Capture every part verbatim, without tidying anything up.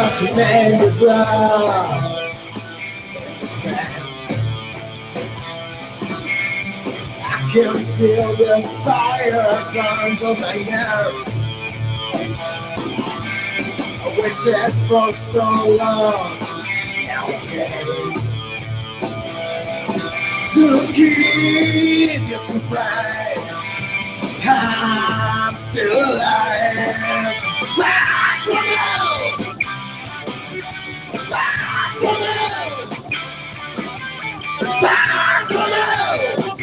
Touching in the blood in the sand. I can feel the fire burn on my nerves. I waited for so long, now again, to keep you surprised. I'm still alive. Back with you. Back with you. Back with you.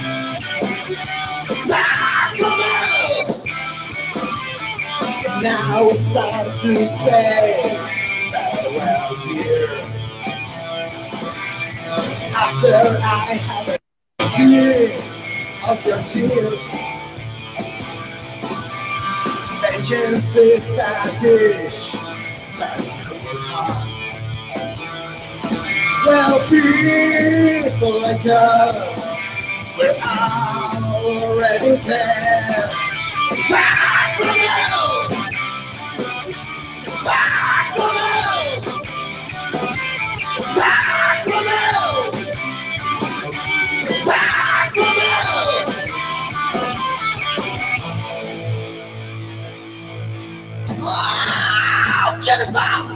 Back with you. Now it's time to say farewell, dear. After I have a tear of your tears. Vengeance is a dish, well, people like us, we're already there. Back from you! Back from you! Back from you! Back from you! Oh, get us out!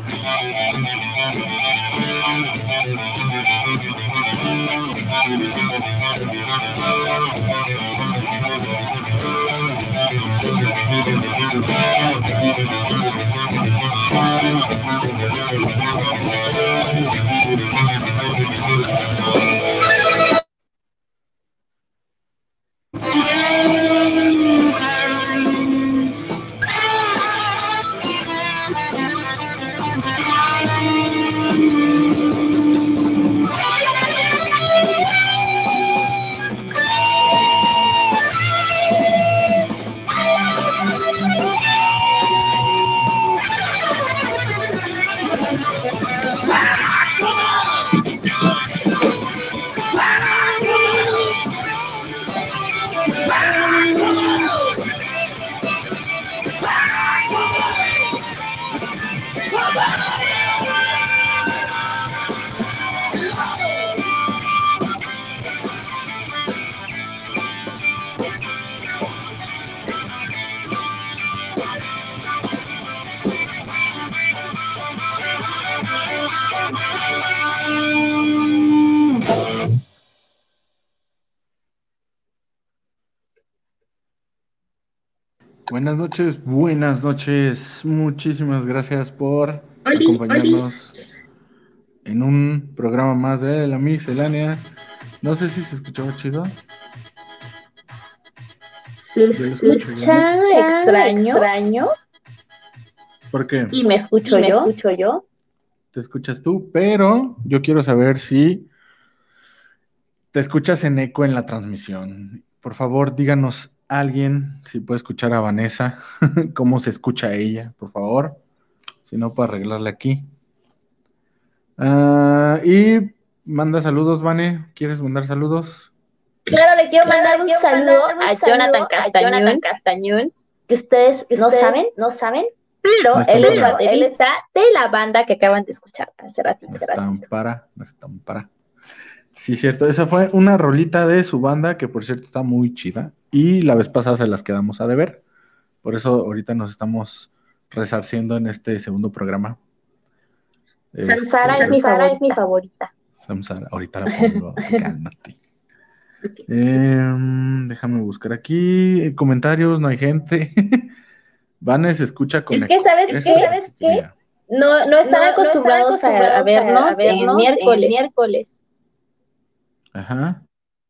Buenas noches, buenas noches. Muchísimas gracias por oli, acompañarnos oli. en un programa más de La Miscelánea. No sé si se escuchaba chido. Se escucha extraño. extraño. ¿Por qué? ¿Y me escucho ¿Y yo? me escucho yo? Te escuchas tú, pero yo quiero saber si te escuchas en eco en la transmisión. Por favor, díganos alguien si puede escuchar a Vanessa, cómo se escucha a ella, por favor. Si no, para arreglarle aquí. Uh, y manda saludos, Vane. ¿Quieres mandar saludos? Claro, le quiero mandar un saludo a Jonathan Castañón, a Jonathan Castañón, que ustedes, que ustedes no saben, no saben, pero no él es baterista de la banda que acaban de escuchar hace ratito. No están para, no están para. Sí, cierto. Esa fue una rolita de su banda que, por cierto, está muy chida. Y la vez pasada se las quedamos a deber. Por eso ahorita nos estamos resarciendo en este segundo programa. Samsara este, es, mi Samsara es mi favorita. Samsara, ahorita la pongo. Cálmate. Okay. Eh, déjame buscar aquí comentarios, no hay gente. Vane se escucha con Es que, ¿sabes qué? ¿Sabes qué? No, no están no, acostumbrados, no están acostumbrados a, a, vernos a vernos en miércoles. En miércoles. Ajá.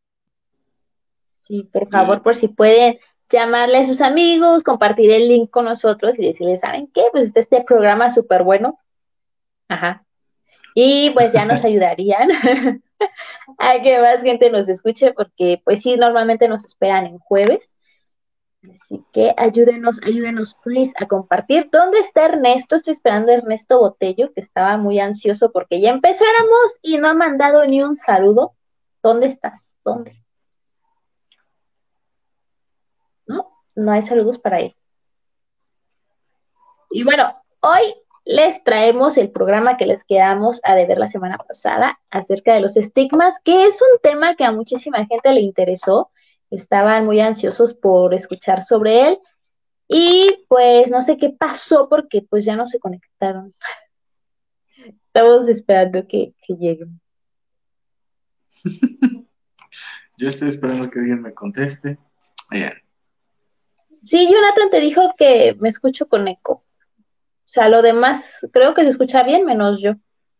Sí, por favor, por si pueden llamarle a sus amigos, compartir el link con nosotros y decirles, ¿saben qué? Pues está este programa súper bueno. Ajá. Y pues ya nos ayudarían a que más gente nos escuche, porque pues sí, normalmente nos esperan en jueves. Así que ayúdenos, ayúdenos, please, a compartir. ¿Dónde está Ernesto? Estoy esperando a Ernesto Botello, que estaba muy ansioso porque ya empezáramos y no ha mandado ni un saludo. ¿Dónde estás? ¿Dónde? No, no hay saludos para él. Y bueno, hoy les traemos el programa que les quedamos a deber la semana pasada acerca de los estigmas, que es un tema que a muchísima gente le interesó. Estaban muy ansiosos por escuchar sobre él y pues no sé qué pasó porque pues ya no se conectaron. Estamos esperando que, que lleguen. Yo estoy esperando que alguien me conteste. Allá. Sí, Jonathan te dijo que me escucho con eco. O sea, lo demás creo que se escucha bien, menos yo.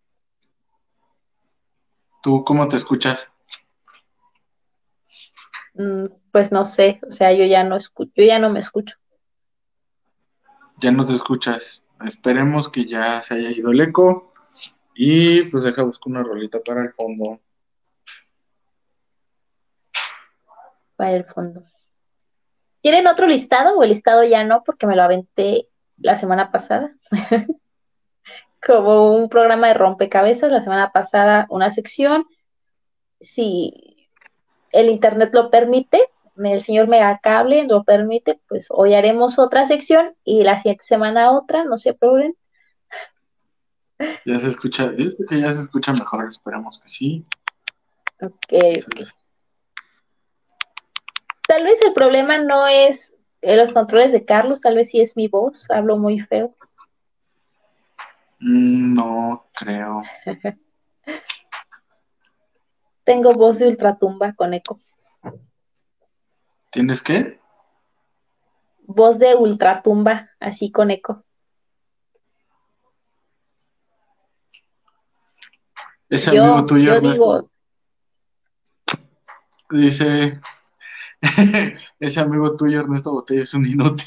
¿Tú cómo te escuchas? Mm, pues no sé, o sea, yo ya no escucho, yo ya no me escucho. Ya no te escuchas. Esperemos que ya se haya ido el eco. Y pues deja buscar una rolita para el fondo. Para el fondo. ¿Quieren otro listado o el listado ya no? Porque me lo aventé la semana pasada. Como un programa de rompecabezas, la semana pasada una sección. Si el internet lo permite, el señor Megacable lo permite, pues hoy haremos otra sección y la siguiente semana otra, no se preocupen. Ya se escucha, yo creo que ya se escucha mejor, esperemos que sí. Ok, ok. Tal vez el problema no es eh, los controles de Carlos, tal vez sí es mi voz, hablo muy feo. Mm, no creo. Tengo voz de ultratumba con eco. ¿Tienes qué? Voz de ultratumba, así con eco. Ese amigo Yo, tuyo, yo digo, Ernesto, dice, ese amigo tuyo, Ernesto Botella, es un inútil.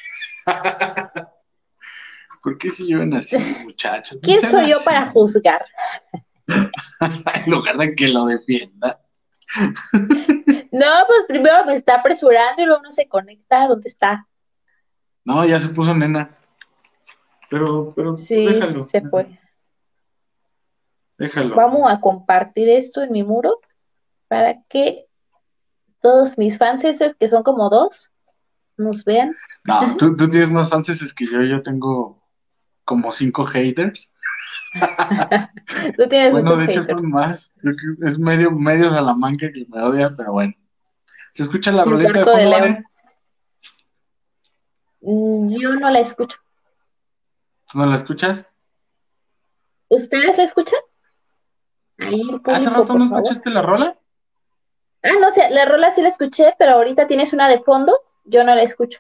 ¿Por qué se llevan así, muchachos? No ¿quién sean soy yo así. para juzgar? En lugar de que lo defienda. No, pues primero me está apresurando y luego no se conecta. ¿Dónde está? No, ya se puso nena. Pero, pero, pues Sí, déjalo. se fue. Déjalo. Vamos a compartir esto en mi muro para que todos mis fans, que son como dos, nos vean. No, tú, tú tienes más fans que yo. Yo tengo como cinco haters. Tú tienes Bueno, muchos de hecho haters. son más. Creo que es, es medio, medio Salamanca que me odia, pero bueno. ¿Se escucha la Un rolita de cuarto de fondo, león. Vane? Mm, Yo no la escucho. ¿Tú no la escuchas? ¿Ustedes la escuchan? Ahí el ¿Hace público, rato no por favor. escuchaste la rola? Ah, no sé, la rola sí la escuché, pero ahorita tienes una de fondo, yo no la escucho.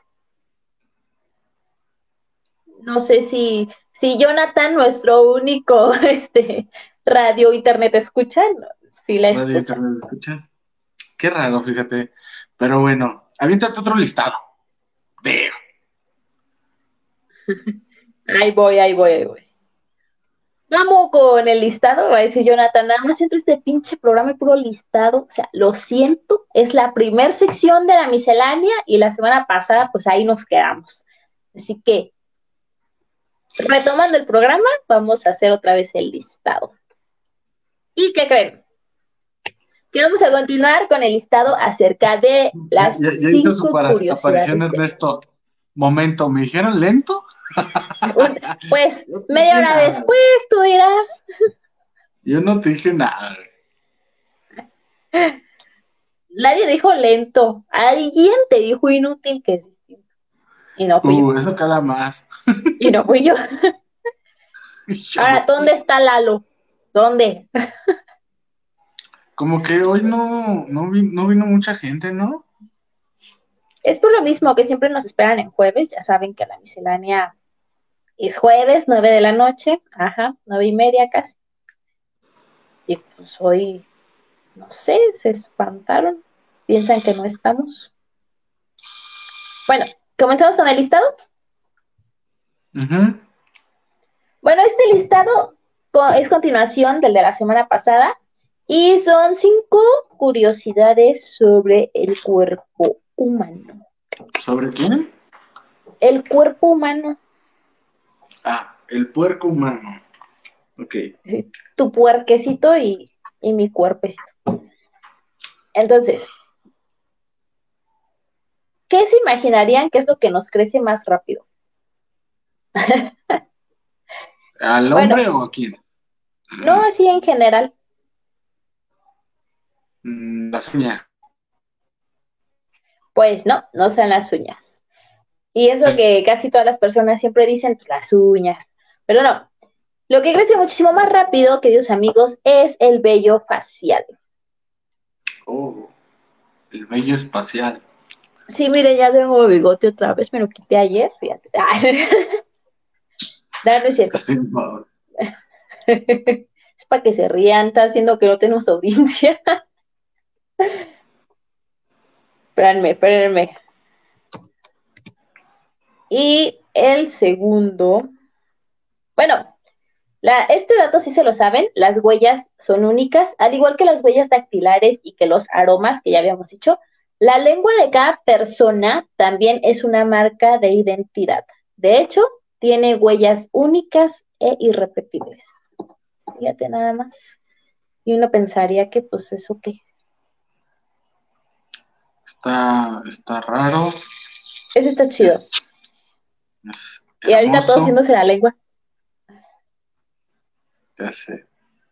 No sé si, si Jonathan, nuestro único este, radio internet escucha, no, si la Radio escucha. Internet, ¿escucha? Qué raro, fíjate. Pero bueno, aviéntate otro listado. Digo. Ahí voy, ahí voy, ahí voy. Vamos con el listado, va a decir Jonathan, nada más entro este pinche programa y puro listado, o sea, lo siento, es la primer sección de la miscelánea y la semana pasada pues ahí nos quedamos. Así que, retomando el programa, vamos a hacer otra vez el listado. ¿Y qué creen? Que vamos a continuar con el listado acerca de Ya, las ya, ya hizo su cinco para- aparición curiosidades de... Ernesto. Momento, ¿me dijeron lento? Un- pues No te media dije hora nada. después, tú dirás. Yo no te dije nada. Nadie dijo lento, alguien te dijo inútil que es distinto. Y no fui yo. Uh, eso cala más. Y no fui yo. Yo no Ahora, fui. ¿dónde está Lalo? ¿Dónde? Como que hoy no, no, vi- no vino mucha gente, ¿no? Es por lo mismo que siempre nos esperan en jueves. Ya saben que la miscelánea es jueves, nueve de la noche. Ajá, nueve y media casi. Y pues hoy, no sé, se espantaron. Piensan que no estamos. Bueno, ¿comenzamos con el listado? Ujú. Bueno, este listado co- es continuación del de la semana pasada y son cinco curiosidades sobre el cuerpo humano. ¿Sobre quién? El cuerpo humano, Ah, el puerco humano. Ok. sí, tu puerquecito y, y mi cuerpecito. Entonces, ¿qué se imaginarían que es lo que nos crece más rápido? ¿Al Bueno, hombre o a quién? no así en general. Mm, las uñas. Pues no, no son las uñas. Y eso que casi todas las personas siempre dicen, pues las uñas. Pero no, lo que crece muchísimo más rápido, queridos amigos, es el vello facial. Oh, el vello espacial. Sí, mire, ya tengo bigote otra vez, me lo quité ayer, fíjate. Ay, no, no es cierto. Estás en favor. Es para que se rían, está haciendo que no tenemos audiencia. Espérenme, espérenme. Y el segundo, bueno, la, este dato sí se lo saben, las huellas son únicas, al igual que las huellas dactilares y que los aromas, que ya habíamos dicho, la lengua de cada persona también es una marca de identidad. De hecho, tiene huellas únicas e irrepetibles. Fíjate nada más. Y uno pensaría que, pues, ¿eso qué? Está, está raro. Eso está chido. Es Y ahorita todo hermoso. haciéndose la lengua. Ya sé.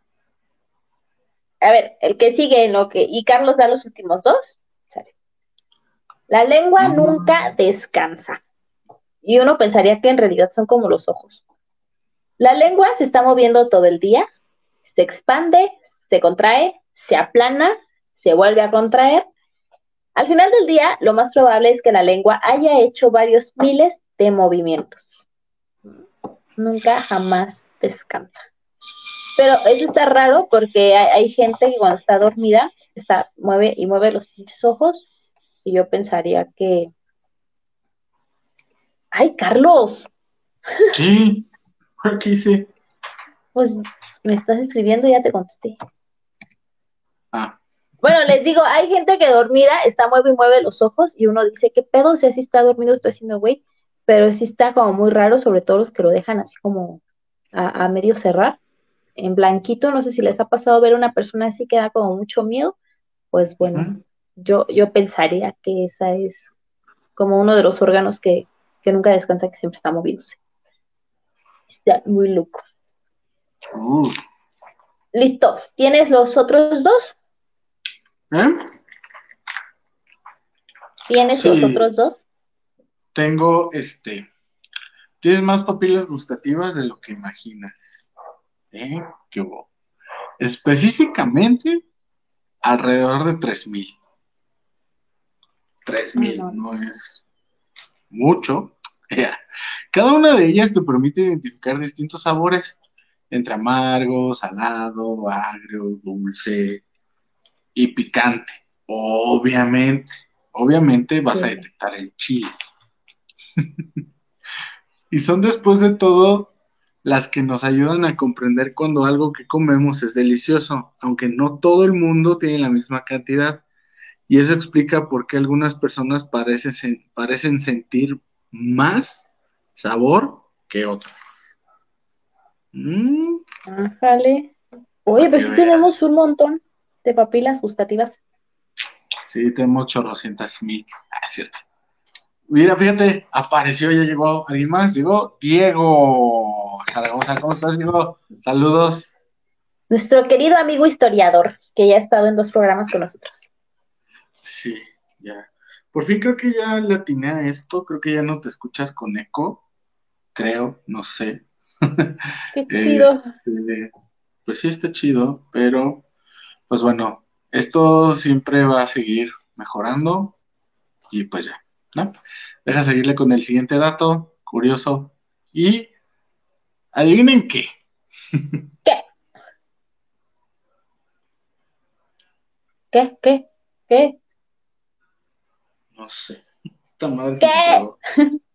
A ver, el que sigue en lo que... Y Carlos da los últimos dos. Sale. La lengua nunca Mm, descansa. Y uno pensaría que en realidad son como los ojos. La lengua se está moviendo todo el día, se expande, se contrae, se aplana, se vuelve a contraer. Al final del día, lo más probable es que la lengua haya hecho varios miles de movimientos. Nunca, jamás descansa. Pero eso está raro porque hay, hay gente que cuando está dormida está, mueve y mueve los pinches ojos y yo pensaría que... ¡Ay, Carlos! ¿qué? ¿Qué hice? Pues me estás escribiendo y ya te contesté. Ah, Bueno, les digo, hay gente que dormida está mueve y mueve los ojos y uno dice, ¿qué pedo? O sea, si está dormido, está haciendo güey, pero sí está como muy raro, sobre todo los que lo dejan así como a, a medio cerrar, en blanquito. No sé si les ha pasado ver a una persona así que da como mucho miedo. Pues bueno, ujú. yo, yo pensaría que esa es como uno de los órganos que, que nunca descansa, que siempre está moviéndose. Está muy loco. Uh, Listo, ¿tienes los otros dos? ¿eh? ¿Tienes los Sí, otros dos? tengo este. Tienes más papilas gustativas de lo que imaginas. ¿Eh? ¿Qué hubo? Específicamente, alrededor de tres mil. Tres No, mil no. no es mucho. Ya. Cada una de ellas te permite identificar distintos sabores entre amargo, salado, agrio, dulce y picante. Obviamente, obviamente vas a Sí. detectar el chile. Y son después de todo las que nos ayudan a comprender cuando algo que comemos es delicioso, aunque no todo el mundo tiene la misma cantidad. Y eso explica por qué algunas personas parecen, sen- parecen sentir más sabor que otras. Mm, Ájale. Oye, para pues que sí veas. tenemos un montón de papilas gustativas. Sí, tenemos chorrocientas mil. Ah, es cierto. Mira, fíjate, apareció, ya llegó alguien más. Llegó Diego Zaragoza. ¿Cómo estás, Diego? Saludos. Nuestro querido amigo historiador, que ya ha estado en dos programas con nosotros. Sí, ya. Por fin creo que ya le atiné a esto. Creo que ya no te escuchas con eco. Creo, no sé. Qué chido. Este, pues sí está chido, pero pues bueno, esto siempre va a seguir mejorando y pues ya, ¿no? Deja seguirle con el siguiente dato, curioso. Y adivinen qué. ¿Qué? ¿Qué? ¿Qué? ¿Qué? No sé, esta madre se me ¿Qué? trabó.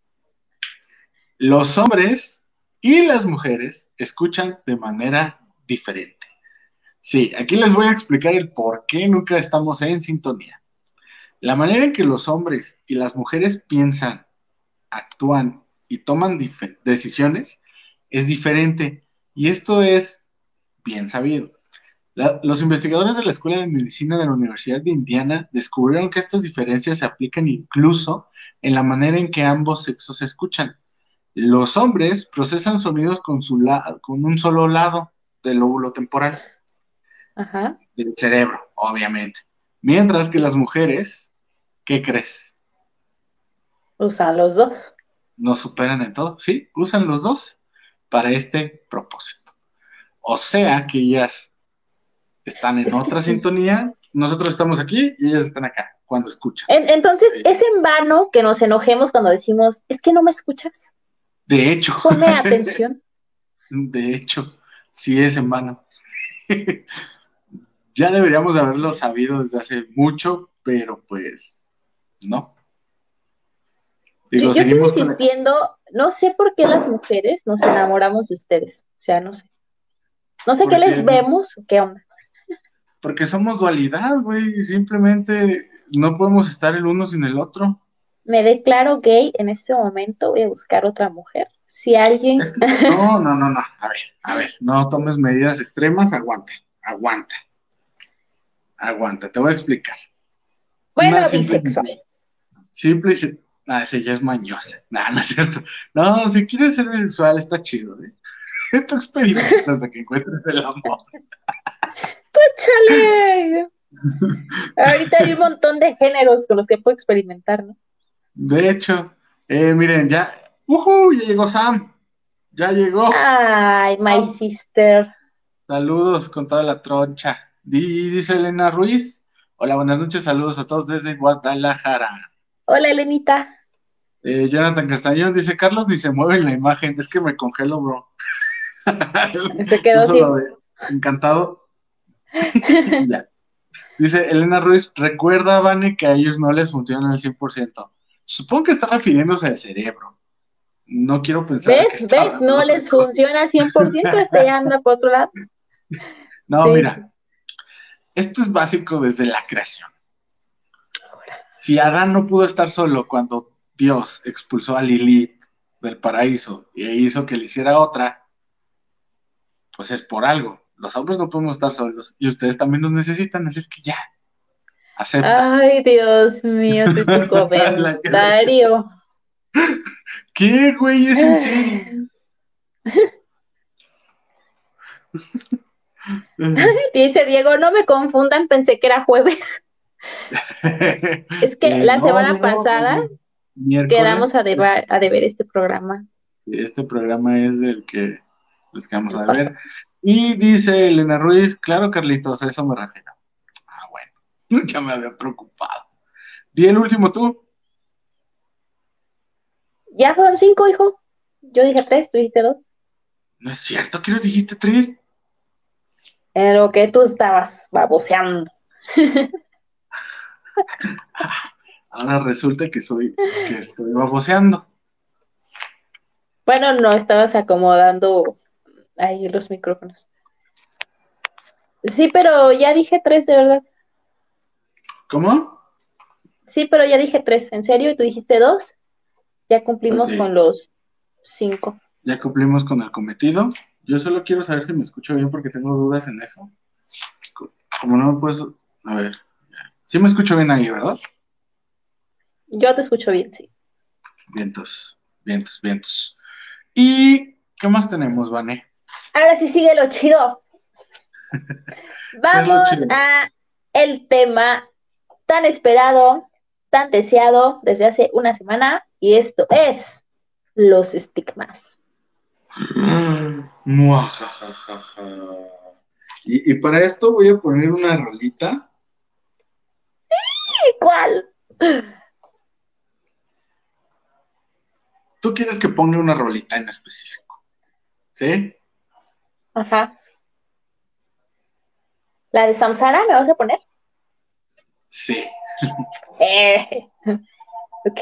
Los hombres y las mujeres escuchan de manera diferente. Sí, aquí les voy a explicar el por qué nunca estamos en sintonía. La manera en que los hombres y las mujeres piensan, actúan y toman dif- decisiones es diferente y esto es bien sabido. La- los investigadores de la Escuela de Medicina de la Universidad de Indiana descubrieron que estas diferencias se aplican incluso en la manera en que ambos sexos se escuchan. Los hombres procesan sonidos con, su la- con un solo lado del lóbulo temporal Ajá. del cerebro, obviamente. Mientras que las mujeres, ¿qué crees? Usan los dos. Nos superan en todo, ¿sí? Usan los dos para este propósito. O sea que ellas están en Es que otra sí. sintonía, nosotros estamos aquí y ellas están acá cuando escuchan. En- entonces, Eh, es en vano que nos enojemos cuando decimos, es que no me escuchas. De hecho, Ponme atención. de hecho, sí es en vano. Ya deberíamos de haberlo sabido desde hace mucho, pero pues no. Yo, Digo, yo sigo seguimos con la... insistiendo, no sé por qué las mujeres nos enamoramos de ustedes. O sea, no sé. No sé qué les Porque, vemos o qué onda. porque somos dualidad, güey. Simplemente no podemos estar el uno sin el otro. Me declaro gay en este momento, voy a buscar otra mujer. Si alguien... Es que, no, no, no, no. A ver, a ver, no tomes medidas extremas, aguanta, aguanta, aguanta. Te voy a explicar. Una Bueno, simple, bisexual. simple y se- ah, esa ya es mañosa. No, no es cierto. No, si quieres ser bisexual está chido, ¿eh? Tú experimentas hasta que encuentres el amor. ¡Chale! Ahorita hay un montón de géneros con los que puedo experimentar, ¿no? De hecho, eh, miren, ya, ¡uhú! Ya llegó Sam. Ya llegó. Ay, my Sam. sister. Saludos con toda la troncha. Di- dice Elena Ruiz. Hola, buenas noches, saludos a todos desde Guadalajara. Hola, Elenita. Eh, Jonathan Castañón dice, Carlos ni se mueve en la imagen, es que me congelo, bro. Se quedó Puso lo así. de encantado. Ya. Dice Elena Ruiz, recuerda, Vane, que a ellos no les funciona el cien por ciento. Supongo que está refiriéndose al cerebro. No quiero pensar que ¿Ves? está ¿Ves? hablando de No otra les cosa. funciona cien por ciento, este ya anda por otro lado. No, Sí. mira, esto es básico desde la creación. Si Adán no pudo estar solo cuando Dios expulsó a Lilith del paraíso e hizo que le hiciera otra, pues es por algo. Los hombres no podemos estar solos y ustedes también nos necesitan, así es que ya, acepta. Ay, Dios mío, tu, tu La cara que- comentario. ¿Qué, güey? Es en serio. Dice Diego, no me confundan, pensé que era jueves. Es que Eh, la no, semana no, no, pasada oye, quedamos a miércoles, deber, a deber este programa. este programa es del que les quedamos El a pasado. ver. Y dice Elena Ruiz, claro, Carlitos, a eso me refiero. Ah, bueno, ya me había preocupado. Di el último tú. Ya fueron cinco, hijo. Yo dije tres, tú dijiste dos. No es cierto, ¿qué nos dijiste tres? En lo que tú estabas baboseando. Ahora resulta que soy, que estoy baboseando. Bueno, no, estabas acomodando ahí los micrófonos. Sí, pero ya dije tres, de verdad. ¿Cómo? Sí, pero ya dije tres, ¿en serio? ¿Y tú dijiste dos? Ya cumplimos Ok, con los cinco. ya cumplimos con el cometido. Yo solo quiero saber si me escucho bien porque tengo dudas en eso. Como no me puedes... A ver. Sí me escucho bien ahí, ¿verdad? Yo te escucho bien, sí. Vientos, vientos, vientos. ¿Y qué más tenemos, Vane? Ahora sí sigue lo chido. ¿Qué es lo Vamos chido? a el tema tan esperado, tan deseado desde hace una semana, y esto es los estigmas. Muajajajaja. Y, y para esto voy a poner una rolita. ¿Y cuál? Tú quieres que ponga una rolita en específico, ¿sí? Ajá. ¿La de Samsara me vas a poner? Sí. Eh. Ok.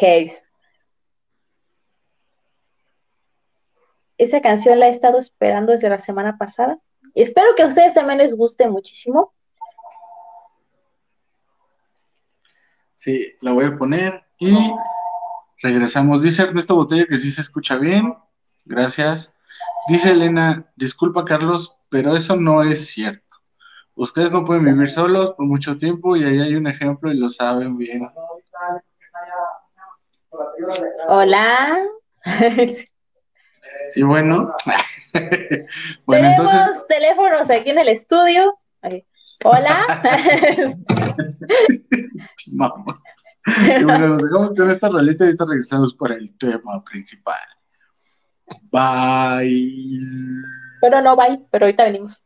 Esa canción la he estado esperando desde la semana pasada. Espero que a ustedes también les guste muchísimo. Sí, la voy a poner y regresamos. Dice Ernesto Botello que sí se escucha bien. Gracias. Dice Elena, disculpa Carlos, pero eso no es cierto. Ustedes no pueden vivir solos por mucho tiempo y ahí hay un ejemplo y lo saben bien. Hola. Sí, bueno. Bueno, Tenemos entonces, teléfonos aquí en el estudio. Ay, hola. vamos. Y bueno, nos dejamos con esta rolita y ahorita regresamos para el tema principal. Bye. Pero no, bye, pero ahorita venimos.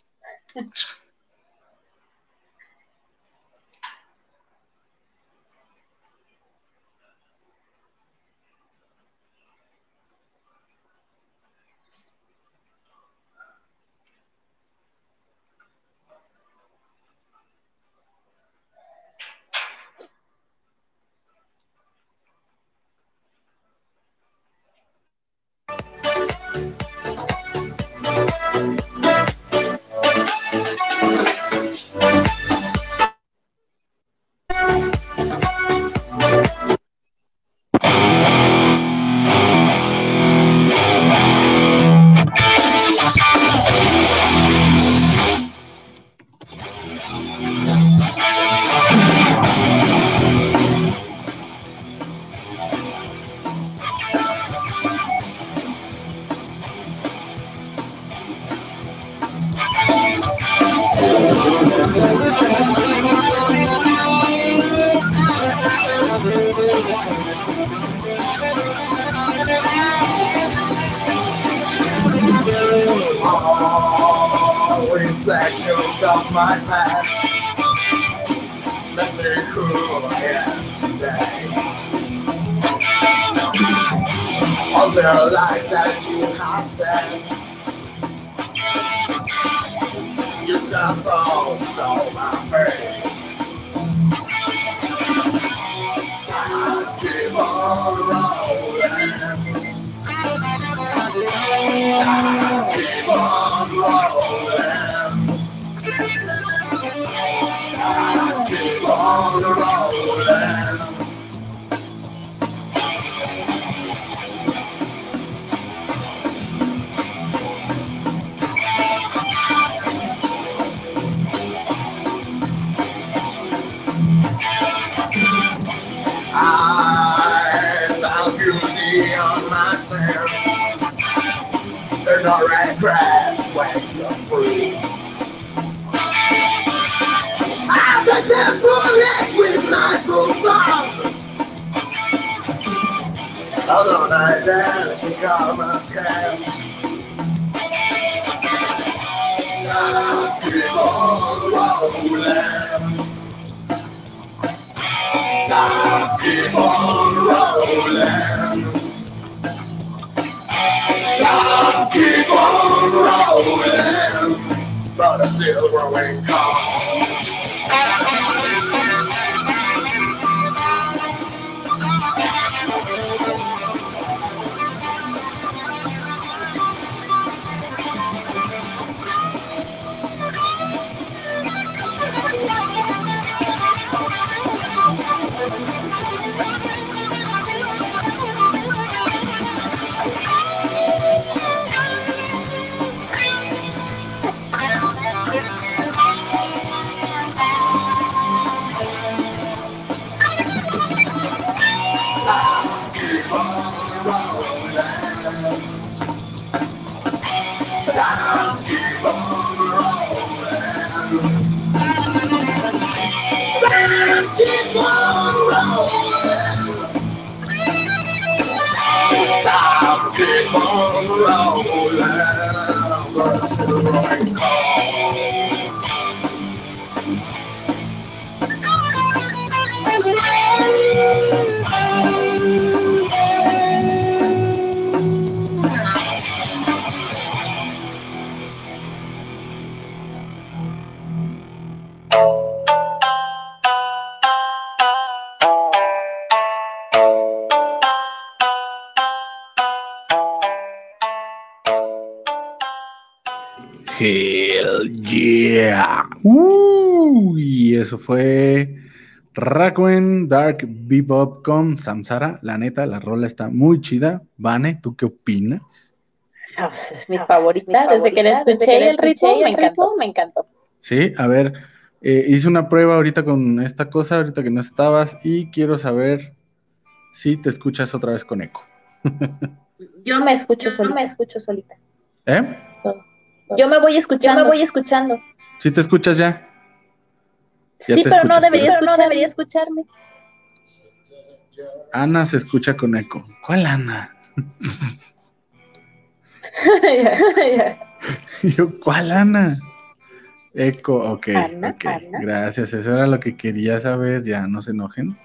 All reflections of my past. Let me who I am today. All the lies that you have said. Your cell phone stole my face. Time keep on rolling. Time keep on rolling. Time keep on rolling. I found beauty on my sins. There are no regrets when you're free. I'm the temperate with my boots on. Although I dance and karma scams. Time keep on rolling. Time keep on rolling. Time keep on rolling. But I still growing calm. Keep on rolling. Time keep on rolling. But it's still growing cold. Hell yeah. Uh, y eso fue Rakuen Dark Bebop con Samsara. La neta, la rola está muy chida. Vane, ¿tú qué opinas? Oh, es mi favorita. Desde que la escuché y el ritmo me encantó. me encantó. Sí, a ver, eh, hice una prueba ahorita con esta cosa, ahorita que no estabas, y quiero saber si te escuchas otra vez con eco. Yo me escucho Yo solita. me escucho solita. ¿Eh? Todo. Yo me voy escuchando. Yo me voy escuchando. ¿Sí te escuchas ya? Ya Sí, te pero no escuchas, debería pero- Pero no debería escucharme. Ana se escucha con eco. ¿Cuál Ana? Yo, ¿cuál Ana? Eco, ok, Ana, ok. Ana. Gracias, eso era lo que quería saber. Ya no se enojen.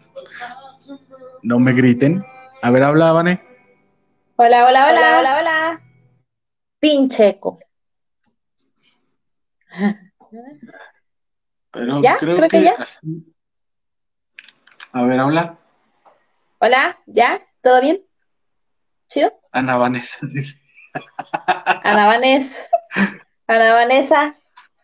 No me griten. A ver, habla, Vane. Hola, hola, hola. Hola, hola, hola. Pinche eco. Pero ¿Ya? creo, Creo que que ya. así. A ver, habla. Hola, ¿ya? ¿Todo bien? ¿Chido? Ana Vanessa dice. Ana Vanessa. Ana Vanessa.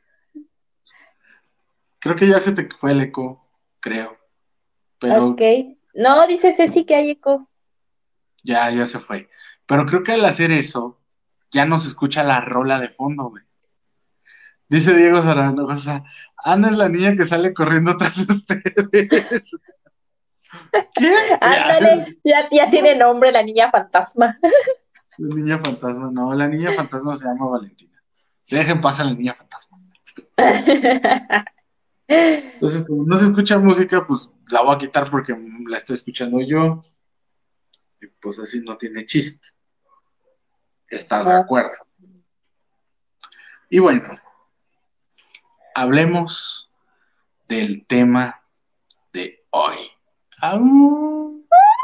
Creo que ya se te fue el eco, creo. Pero Ok. No, dice Ceci que hay eco. ya, ya se fue. Pero creo que al hacer eso, ya no se escucha la rola de fondo, güey. Dice Diego Zaragoza, Ana es la niña que sale corriendo tras ustedes. ¿Qué? Ándale, ya, ya tiene nombre la niña fantasma. La niña fantasma, no, la niña fantasma se llama Valentina. Dejen pasar a la niña fantasma. Entonces, como no se escucha música, pues la voy a quitar porque la estoy escuchando yo. Y pues así no tiene chiste. ¿Estás de No. acuerdo? Y bueno, hablemos del tema de hoy. ¡Au!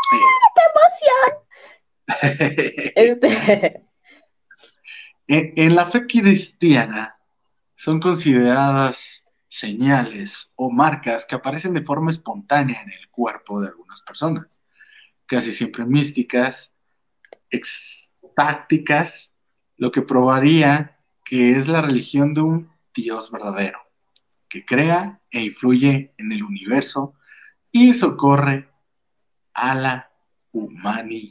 Este, En, en la fe cristiana son consideradas señales o marcas que aparecen de forma espontánea en el cuerpo de algunas personas, casi siempre místicas, extáticas, lo que probaría que es la religión de un Dios verdadero, que crea e influye en el universo y socorre a la humanidad.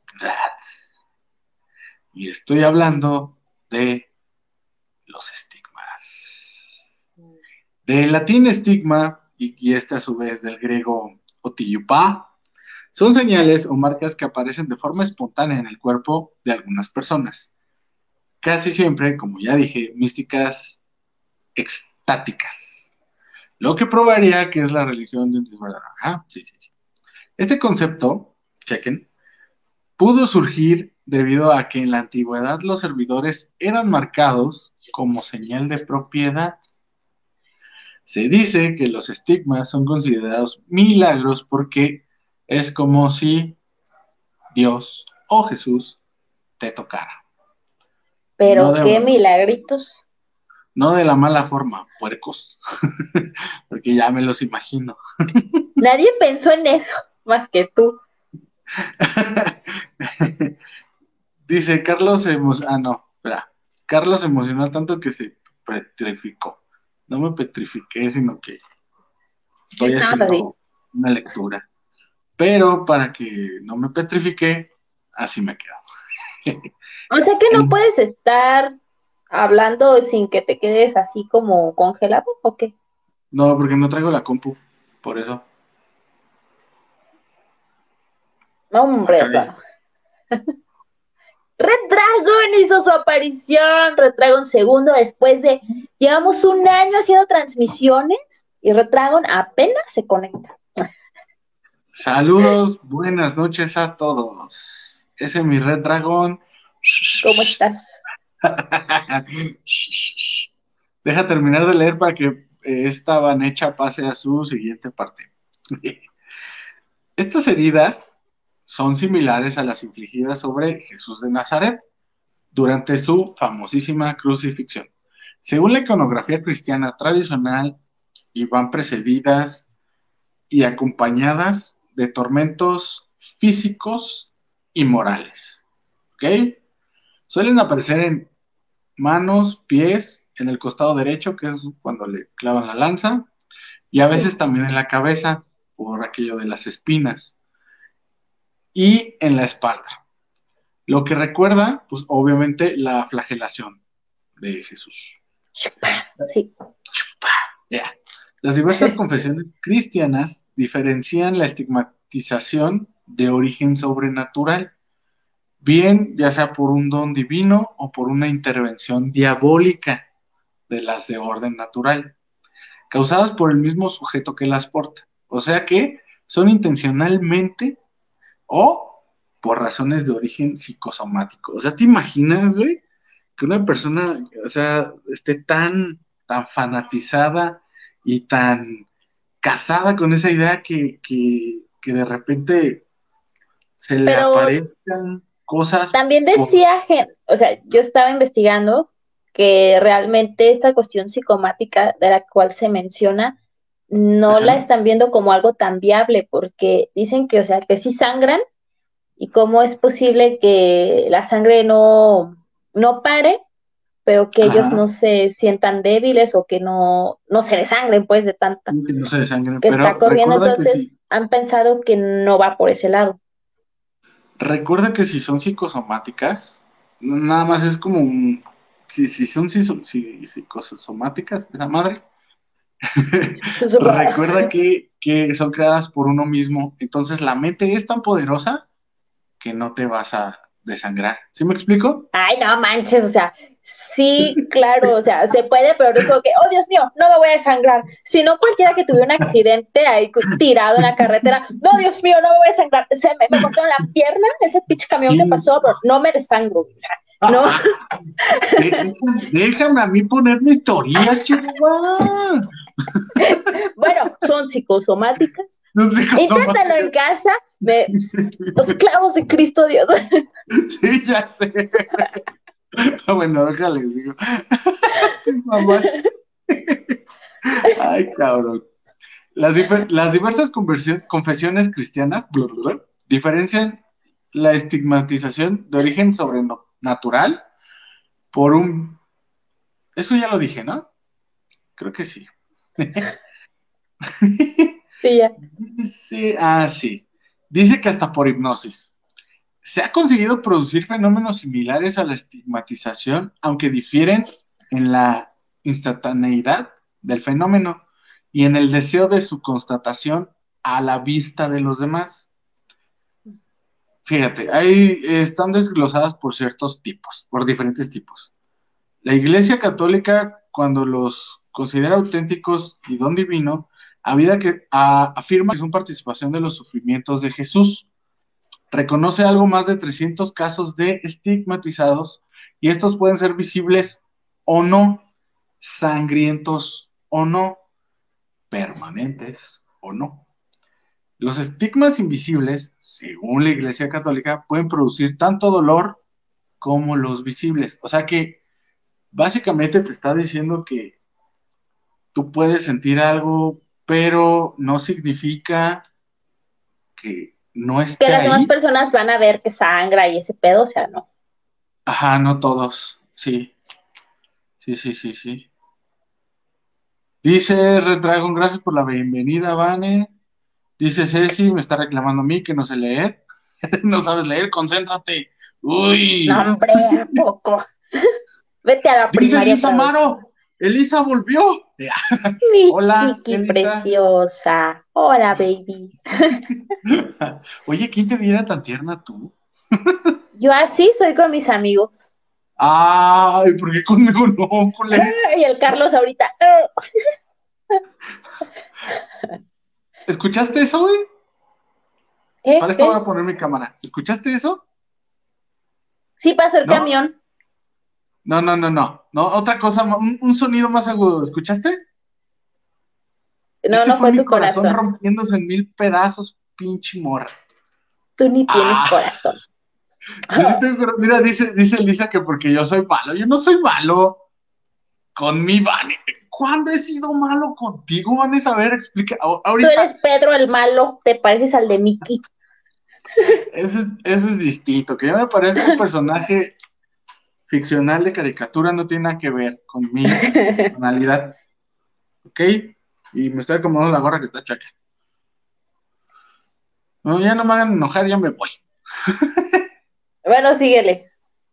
Y estoy hablando de los estigmas. Del latín estigma, y, y este a su vez del griego otiyupa, son señales o marcas que aparecen de forma espontánea en el cuerpo de algunas personas. Casi siempre, como ya dije, místicas extáticas. Lo que probaría que es la religión de un Dios verdadero. Ajá, sí, sí, sí. Este concepto, chequen, pudo surgir debido a que en la antigüedad los servidores eran marcados como señal de propiedad. Se dice que los estigmas son considerados milagros porque es como si Dios o Jesús te tocara. No pero qué de, milagritos. no de la mala forma, puercos, porque ya me los imagino. Nadie pensó en eso más que tú. Dice, Carlos se emocionó, ah, no, espera, Carlos se emocionó tanto que se petrificó. No me petrifiqué, sino que estoy Estabas así. haciendo una lectura. Pero para que no me petrifique, así me quedo. O sea que no puedes estar hablando sin que te quedes así como congelado, ¿o qué? No, porque no traigo la compu, por eso. No, hombre, Acá hermano. Red Dragon hizo su aparición. Red Dragon segundo después de... Llevamos un año haciendo transmisiones y Red Dragon apenas se conecta. Saludos, buenas noches a todos. Ese es mi Red Dragon. ¿Cómo estás? Deja terminar de leer para que eh, esta Vanecha pase a su siguiente parte. Estas heridas son similares a las infligidas sobre Jesús de Nazaret durante su famosísima crucifixión. Según la iconografía cristiana tradicional, y van precedidas y acompañadas de tormentos físicos y morales. ¿Ok? Suelen aparecer en manos, pies, en el costado derecho, que es cuando le clavan la lanza, y a veces también en la cabeza, por aquello de las espinas, y en la espalda. Lo que recuerda, pues obviamente, la flagelación de Jesús. Sí. Yeah. Las diversas confesiones cristianas diferencian la estigmatización de origen sobrenatural bien ya sea por un don divino o por una intervención diabólica de las de orden natural, causadas por el mismo sujeto que las porta. O sea que son intencionalmente o por razones de origen psicosomático. O sea, ¿te imaginas, güey? Que una persona, o sea, esté tan, tan fanatizada y tan casada con esa idea que, que, que de repente se le Pero aparezcan cosas también por... decía, gen- o sea, yo estaba investigando que realmente esta cuestión psicomática de la cual se menciona no la Ajá, están viendo como algo tan viable porque dicen que, o sea, que sí sangran y cómo es posible que la sangre no, no pare, pero que ellos no ajá, se sientan débiles o que no, no se desangren pues de tanta que no se desangre, que está pero corriendo, recuerda que entonces si, han pensado que no va por ese lado. recuerda que si son psicosomáticas, nada más es como un, si, si son siso- si- psicosomáticas, esa madre, recuerda que, que son creadas por uno mismo, entonces la mente es tan poderosa que no te vas a desangrar. ¿Sí me explico? Ay, no manches, o sea, sí, claro, o sea, se puede, pero no es como que, oh Dios mío, no me voy a desangrar. Si no, cualquiera que tuviera un accidente ahí cu- tirado en la carretera, no, Dios mío, no me voy a desangrar. Se me, me cortaron la pierna, ese pinche camión que Y- pasó, pero no me desangro, o sea, no. Déjame, déjame a mí poner mi historia, Chihuahua. Bueno, son psicosomáticas. No sé cómo son Inténtalo en casa, me, los clavos de Cristo Dios. Sí, ya sé. Bueno, déjale, digo. Mamá. Ay, cabrón. Las, difer- las diversas conversión- confesiones cristianas bla, bla, bla, diferencian la estigmatización de origen sobrenatural por un... Eso ya lo dije, ¿no? Creo que sí. Sí, ya. Dice, ah, sí. Dice que hasta por hipnosis. Se ha conseguido producir fenómenos similares a la estigmatización, aunque difieren en la instantaneidad del fenómeno y en el deseo de su constatación a la vista de los demás. Fíjate, ahí están desglosadas por ciertos tipos, por diferentes tipos. La Iglesia Católica, cuando los considera auténticos y don divino, habida que, a, afirma que son participación de los sufrimientos de Jesús. Reconoce algo más de trescientos casos de estigmatizados y estos pueden ser visibles o no, sangrientos o no, permanentes o no. Los estigmas invisibles, según la Iglesia Católica, pueden producir tanto dolor como los visibles. O sea que básicamente te está diciendo que tú puedes sentir algo, pero no significa que no Que esté las demás ahí. personas van a ver que sangra y ese pedo, o sea, no. Ajá, no todos. Sí, sí, sí, sí, sí. Dice Red Dragon, gracias por la bienvenida, Vane. Dice Ceci, me está reclamando a mí que no sé leer. No sabes leer, concéntrate. No, Uy. hombre, ¿a poco? Vete a la Dice primaria Elisa otra vez. Maro, Elisa volvió. Mi Hola, chiqui Elisa. preciosa. Hola, baby. Oye, ¿quién te viera tan tierna tú? Yo así soy con mis amigos. Ay, ¿por qué conmigo no, cole? Y el Carlos ahorita. ¿Escuchaste eso, güey? ¿Qué? Para esto voy ¿Qué? a poner mi cámara. ¿Escuchaste eso? Sí pasó el ¿No? camión. No, no, no, no. No, otra cosa, un, un sonido más agudo. ¿Escuchaste? No, Ese no fue fue mi tu corazón corazón. rompiéndose en mil pedazos, pinche morra. Tú ni tienes Ah, corazón. yo sí tengo corazón. Mira, dice, dice Lisa que porque yo soy malo. Yo no soy malo con mi Vane. ¿Cuándo he sido malo contigo, Vanessa? A ver, explica. A- Tú ahorita, eres Pedro el malo, te pareces al de Mickey. eso es, eso es distinto. Que yo me parezca un personaje ficcional de caricatura no tiene nada que ver con mi personalidad. ¿Ok? Y me estoy acomodando la gorra que está chaca. No, ya no me hagan enojar, ya me voy. Bueno, síguele.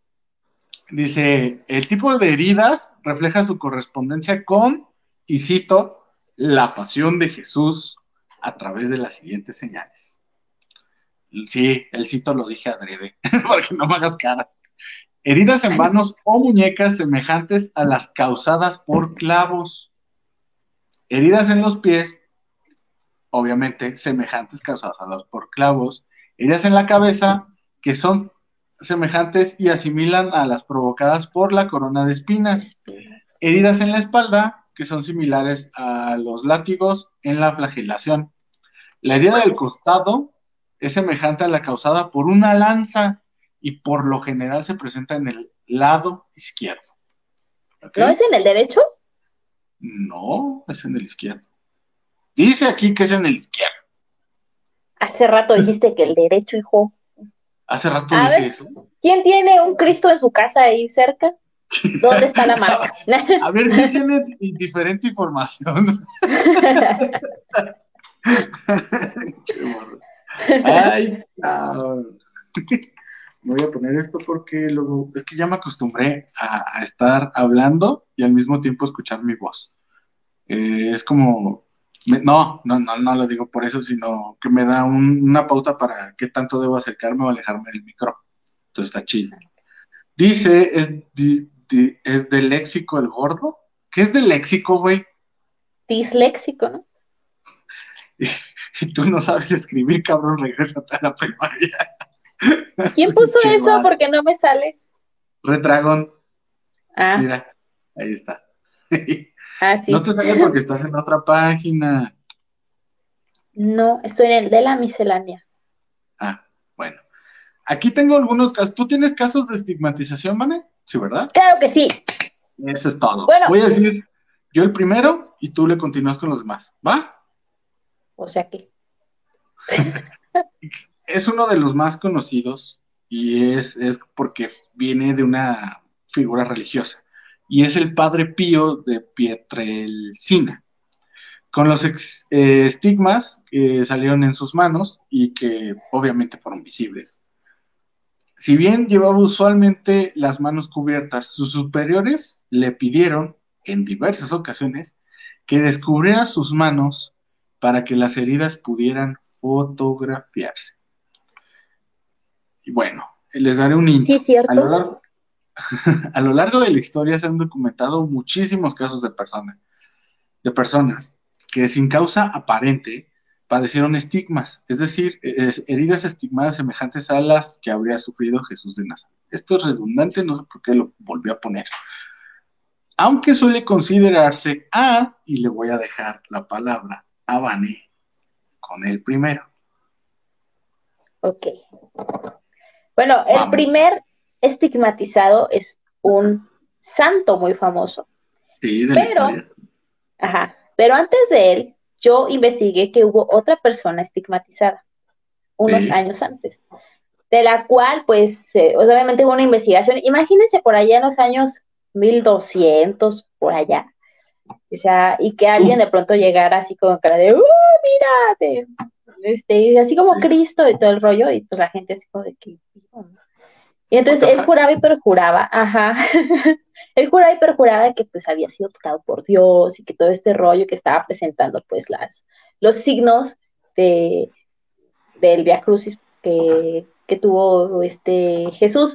Dice, el tipo de heridas refleja su correspondencia con, y cito, la pasión de Jesús a través de las siguientes señales. Sí, el cito lo dije adrede, porque no me hagas caras. Heridas en manos o muñecas semejantes a las causadas por clavos. Heridas en los pies, obviamente, semejantes causadas a los por clavos. Heridas en la cabeza, que son semejantes y asimilan a las provocadas por la corona de espinas. Heridas en la espalda, que son similares a los látigos en la flagelación. La herida del costado es semejante a la causada por una lanza y por lo general se presenta en el lado izquierdo. ¿Okay? ¿No es en el derecho? No, es en el izquierdo. Dice aquí que es en el izquierdo. Hace rato dijiste que el derecho, hijo. Hace rato A dije ver, eso. ¿quién tiene un Cristo en su casa ahí cerca? ¿Dónde está la marca? A ver, ¿quién tiene diferente información? Ay, cabrón. Me voy a poner esto porque luego, es que ya me acostumbré a, a estar hablando y al mismo tiempo escuchar mi voz. Eh, es como, me, no, no, no, no lo digo por eso, sino que me da un, una pauta para qué tanto debo acercarme o alejarme del micro. Entonces está chido. Dice, es, di, di, es del léxico el gordo. ¿Qué es del léxico, güey? Disléxico, ¿no? Y, y tú no sabes escribir, cabrón, regrésate a la primaria. ¿Quién puso Che, eso? va. Porque no me sale. Redragón. Ah, Mira, ahí está. ah, sí. No te sale porque estás en otra página. No, estoy en el de la miscelánea. Ah, bueno. Aquí tengo algunos casos. ¿Tú tienes casos de estigmatización, Vane? Sí, ¿verdad? Claro que sí. Eso es todo. Bueno. Voy a decir yo el primero y tú le continúas con los demás. ¿Va? O sea que. Es uno de los más conocidos y es, es porque viene de una figura religiosa. Y es el Padre Pío de Pietrelcina, con los ex, eh, estigmas que salieron en sus manos y que obviamente fueron visibles. Si bien llevaba usualmente las manos cubiertas, sus superiores le pidieron en diversas ocasiones que descubriera sus manos para que las heridas pudieran fotografiarse. Y bueno, les daré un intro. Sí, cierto. A lo largo, a lo largo de la historia se han documentado muchísimos casos de personas, de personas que sin causa aparente padecieron estigmas, es decir, es, heridas estigmadas semejantes a las que habría sufrido Jesús de Nazaret. Esto es redundante, no sé por qué lo volvió a poner. Aunque suele considerarse a, y le voy a dejar la palabra a Vane con el primero. Ok. Bueno, el Vamos. primer estigmatizado es un santo muy famoso. Sí, de la Pero, historia. ajá, pero antes de él, yo investigué que hubo otra persona estigmatizada, unos Sí. años antes, de la cual, pues, eh, obviamente hubo una investigación. Imagínense por allá en los años mil doscientos, por allá. O sea, y que alguien Uh. de pronto llegara así con cara de, ¡uh, mira! De, este, así como Cristo y todo el rollo, y pues la gente así como de que... Y entonces él juraba y perjuraba, ajá, él juraba y perjuraba que pues había sido tocado por Dios y que todo este rollo que estaba presentando pues las, los signos de, del Vía Crucis que, que tuvo este Jesús.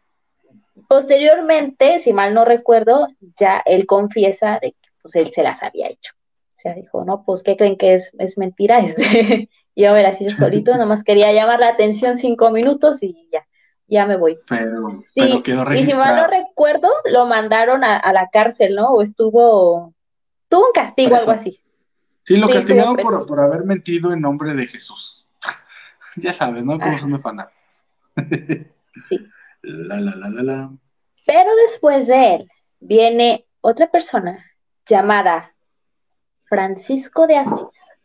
Posteriormente, si mal no recuerdo, ya él confiesa de que pues él se las había hecho. O sea, dijo, no, pues, ¿qué creen que es, es mentira? Este, y a ver, así solito, nomás quería llamar la atención cinco minutos y ya, ya me voy. Pero, Sí, pero quedó y si mal no registrado. recuerdo, lo mandaron a, a la cárcel, ¿no? O estuvo, tuvo un castigo, Preso. algo así. Sí, lo Sí, estuvo castigaron preso. por, por haber mentido en nombre de Jesús. Ya sabes, ¿no? Cómo Ah, son de fanáticos. sí. La, la, la, la, la. Pero después de él viene otra persona llamada Francisco de Asís.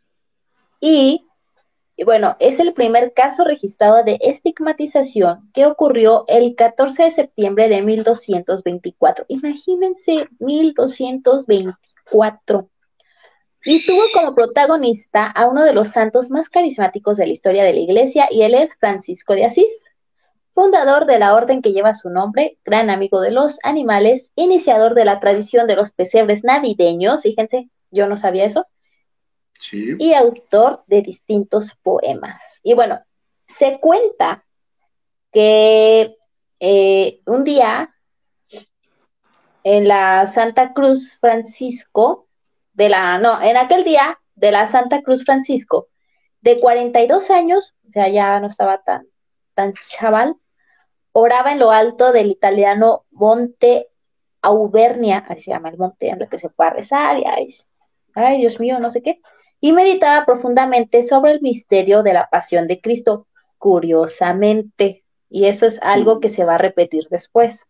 Y, y bueno, es el primer caso registrado de estigmatización que ocurrió el catorce de septiembre de mil doscientos veinticuatro. Imagínense, mil doscientos veinticuatro. Y tuvo como protagonista a uno de los santos más carismáticos de la historia de la Iglesia, y él es Francisco de Asís, fundador de la orden que lleva su nombre, gran amigo de los animales, iniciador de la tradición de los pesebres navideños, fíjense, yo no sabía eso, Sí. y autor de distintos poemas. Y bueno, Se cuenta que eh, un día en la Santa Cruz Francisco, de la, no, en aquel día de la Santa Cruz Francisco, de cuarenta y dos años, o sea, ya no estaba tan, tan chaval, oraba en lo alto del italiano Monte Auvernia, así se llama el monte en el que se puede rezar, y ay, ay, Dios mío, no sé qué, y meditaba profundamente sobre el misterio de la pasión de Cristo, curiosamente, y eso es algo que se va a repetir después.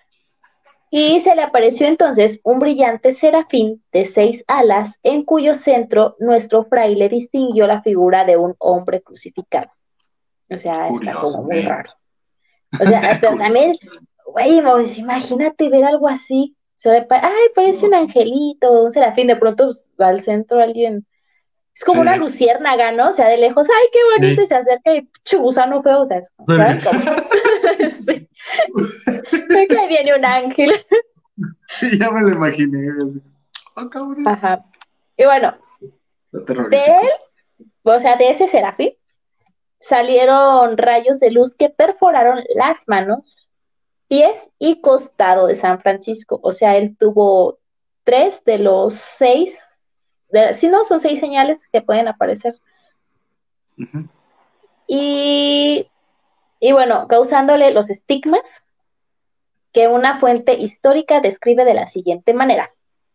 Y se le apareció entonces un brillante serafín de seis alas, en cuyo centro nuestro fraile distinguió la figura de un hombre crucificado. O sea, está como muy raro. O sea, pero también, güey, pues, imagínate ver algo así. O sea, pa- ay, parece un angelito, un serafín, de pronto pues, va al centro alguien. Es como Sí. una luciérnaga, ¿no? O sea, de lejos, ay, qué bonito, Sí. y se acerca y pucho, gusano feo, o sea, es como, ¿saben cómo? Sí. Creo que ahí viene un ángel. Sí, ya me lo imaginé. Oh, cabrón. Ajá. Y bueno, Está de terrorífico. él, o sea, de ese serafín, salieron rayos de luz que perforaron las manos, pies y costado de San Francisco. O sea, él tuvo tres de los seis, de, si no, son seis señales que pueden aparecer. Ujú. Y, y bueno, causándole los estigmas que una fuente histórica describe de la siguiente manera.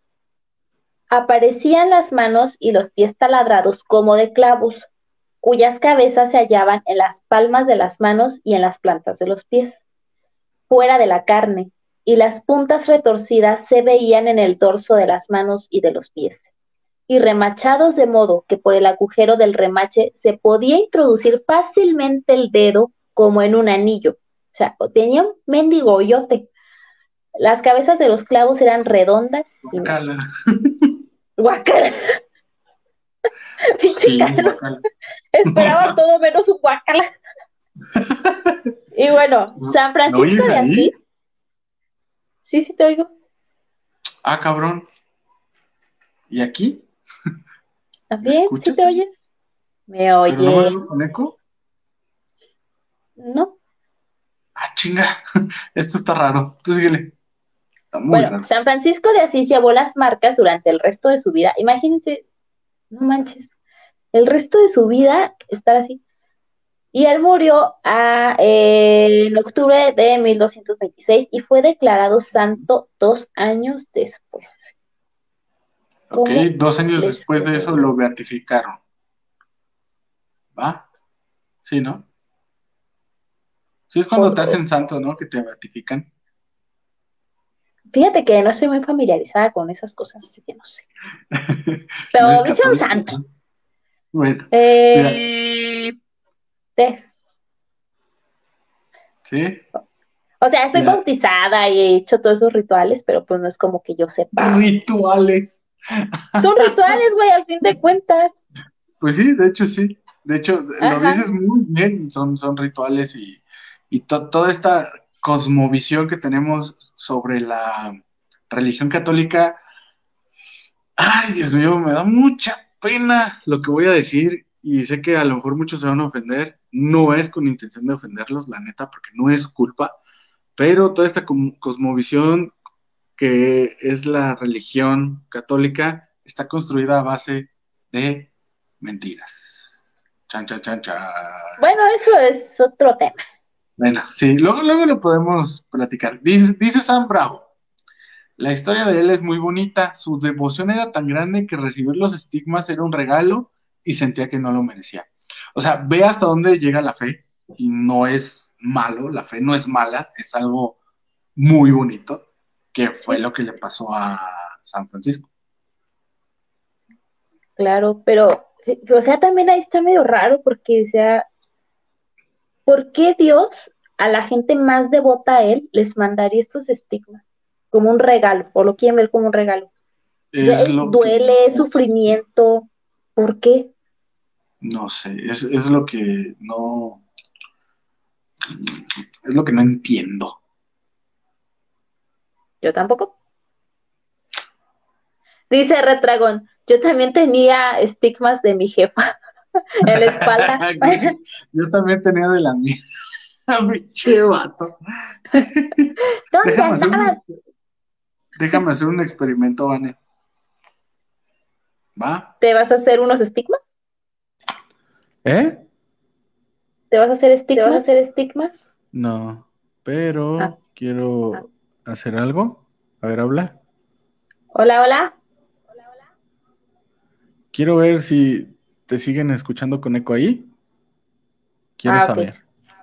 Aparecían las manos y los pies taladrados como de clavos, cuyas cabezas se hallaban en las palmas de las manos y en las plantas de los pies, fuera de la carne, y las puntas retorcidas se veían en el dorso de las manos y de los pies, y remachados de modo que por el agujero del remache se podía introducir fácilmente el dedo como en un anillo. O sea, tenía un mendigo hoyote. Las cabezas de los clavos eran redondas y Guácala. guácala. Pinche Sí, Carlos, guácala. esperaba todo menos un guácala. Y bueno, San ¿Me Francisco oyes de ahí? Asís, sí, sí te oigo. Ah, cabrón. ¿Y aquí? ¿Me ¿También? ¿Sí escuchas? te oyes? ¿Me ¿Pero no me oye? veo con eco? No. Ah, chinga. Esto está raro. Tú síguele. Está muy Bueno, raro. San Francisco de Asís llevó las marcas durante el resto de su vida. Imagínense, no manches, el resto de su vida estar así. Y él murió a, eh, en octubre de mil doscientos veintiséis y fue declarado santo dos años después. Ok, ¿Cómo dos años les después de eso quedó? lo beatificaron. ¿Va? Sí, ¿no? Sí, es cuando te Por, hacen santo, ¿no? Que te beatifican. fíjate que no estoy muy familiarizada con esas cosas, así que no sé. No es Pero visión católico, santo. ¿no? Bueno, mira, Eh, de- sí, o sea, estoy mira, bautizada y he hecho todos esos rituales, pero pues no es como que yo sepa. rituales. Son rituales, güey, al fin de cuentas. Pues sí, de hecho sí. De hecho, lo Ajá, dices muy bien, son, son rituales y, y to- toda esta cosmovisión que tenemos sobre la religión católica. Ay, Dios mío, me da mucha pena lo que voy a decir y sé que a lo mejor muchos se van a ofender. No es con intención de ofenderlos, la neta, porque no es su culpa, pero toda esta com- cosmovisión que es la religión católica está construida a base de mentiras. Chan, chan, chan, chan. bueno, eso es otro tema. Bueno, sí, luego, luego lo podemos platicar. Dice, dice Sam Bravo. La historia de él es muy bonita. Su devoción era tan grande que recibir los estigmas era un regalo y sentía que no lo merecía. O sea, ve hasta dónde llega la fe y no es malo, la fe no es mala, es algo muy bonito, que fue Sí, lo que le pasó a San Francisco. claro, pero, eh, o sea, también ahí está medio raro porque, o sea, ¿por qué Dios a la gente más devota a Él les mandaría estos estigmas? Como un regalo, o lo quieren ver como un regalo. O sea, Es es lo que, duele, es sufrimiento. ¿Por qué? no sé, es, es lo que no, es lo que no entiendo. Yo tampoco. Dice Retragón, yo también tenía estigmas de mi jefa. en la espalda. Yo también tenía de la mía. Pinche vato. ¿Dónde Déjame hacer, andabas? un, déjame hacer un experimento, Vane. ¿Va? ¿Te vas a hacer unos estigmas? ¿Eh? ¿Te vas a hacer ¿Te vas a estigmas? hacer estigmas? No, pero Ah. quiero hacer algo. A ver, habla. Hola, hola. Quiero ver si te siguen escuchando con eco ahí. Quiero Ah, ok. saber.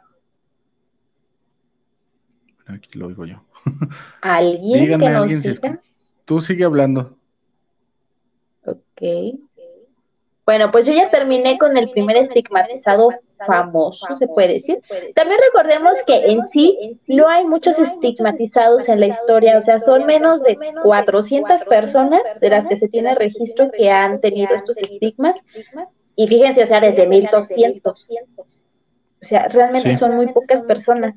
Aquí lo oigo yo. ¿Alguien que Díganme nos alguien si siga? escucha. Tú sigue hablando. Ok. Bueno, pues yo ya terminé con el primer estigmatizado famoso, se puede decir. También recordemos que en sí no hay muchos estigmatizados en la historia, o sea, son menos de cuatrocientas personas de las que se tiene registro que han tenido estos estigmas. Y fíjense, o sea, desde mil doscientos. O sea, realmente Sí. son muy pocas personas.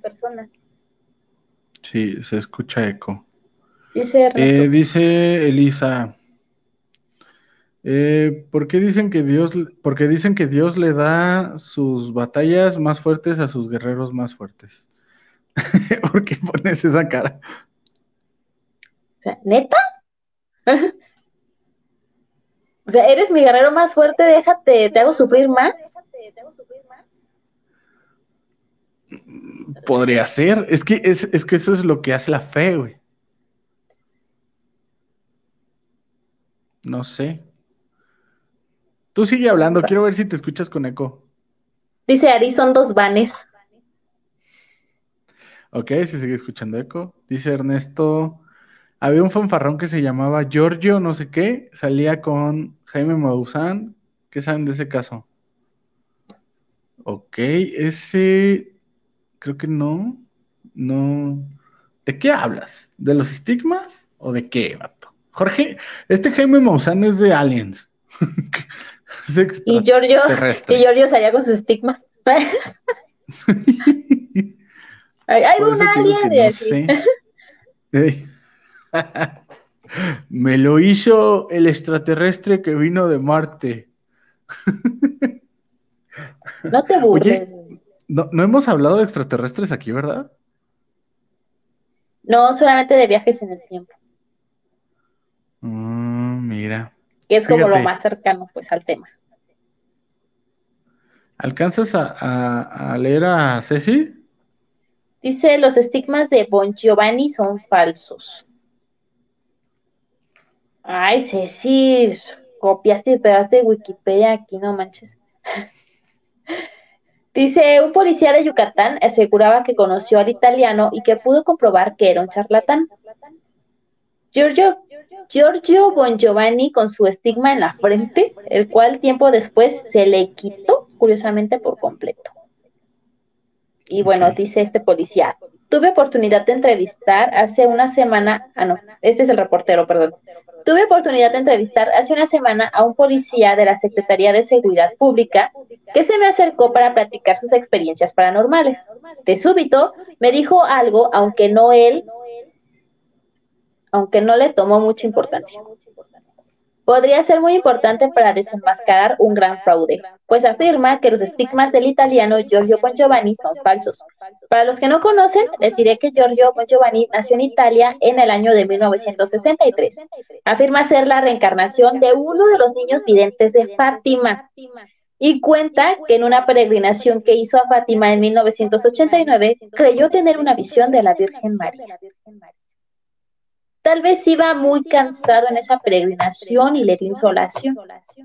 Sí, se escucha eco. Dice Ernesto. Eh, dice Elisa. Eh, ¿por qué dicen que Dios, porque dicen que Dios le da sus batallas más fuertes a sus guerreros más fuertes? ¿Por qué pones esa cara? O sea, ¿neta? O sea, eres mi guerrero más fuerte, déjate, te hago sufrir más. Podría ser. Es que, es, es que eso es lo que hace la fe, güey. No sé. Tú sigue hablando, quiero ver si te escuchas con eco. Dice Ari, son dos vanes. Ok, si sigue escuchando eco. Dice Ernesto, había un fanfarrón que se llamaba Giorgio, no sé qué, salía con Jaime Maussan. ¿Qué saben de ese caso? Ok, ese creo que no. No. ¿De qué hablas? ¿De los estigmas o de qué, vato? Jorge, este Jaime Maussan es de Aliens. Es de Y Giorgio, y extraterrestres. Giorgio salía con sus estigmas. Ay, hay Por un eso te digo que alien y no así. sé. Ey. Me lo hizo el extraterrestre que vino de Marte. No te burles. Oye, no, no hemos hablado de extraterrestres aquí, ¿verdad? No, solamente de viajes en el tiempo, Mm, mira, que es como lo fíjate, más cercano, pues, al tema. ¿alcanzas a, a- a leer a Ceci? Dice, los estigmas de Bon Giovanni son falsos. Ay, Ceci, copiaste y pegaste de Wikipedia aquí, no manches. Dice, un policía de Yucatán aseguraba que conoció al italiano y que pudo comprobar que era un charlatán. Giorgio, Giorgio Bon Giovanni con su estigma en la frente, el cual tiempo después se le quitó, curiosamente, por completo. Y bueno, Ok. dice este policía, tuve oportunidad de entrevistar hace una semana, ah no, este es el reportero, perdón. Tuve oportunidad de entrevistar hace una semana a un policía de la Secretaría de Seguridad Pública que se me acercó para platicar sus experiencias paranormales. De súbito me dijo algo, aunque no él, aunque no le tomó mucha importancia. Podría ser muy importante para desenmascarar un gran fraude, pues afirma que los estigmas del italiano Giorgio Bon Giovanni son falsos. Para los que no conocen, les diré que Giorgio Bon Giovanni nació en Italia en el año de mil novecientos sesenta y tres. Afirma ser la reencarnación de uno de los niños videntes de Fátima y cuenta que en una peregrinación que hizo a Fátima en mil novecientos ochenta y nueve creyó tener una visión de la Virgen María. Tal vez iba muy cansado en esa peregrinación y le dio insolación.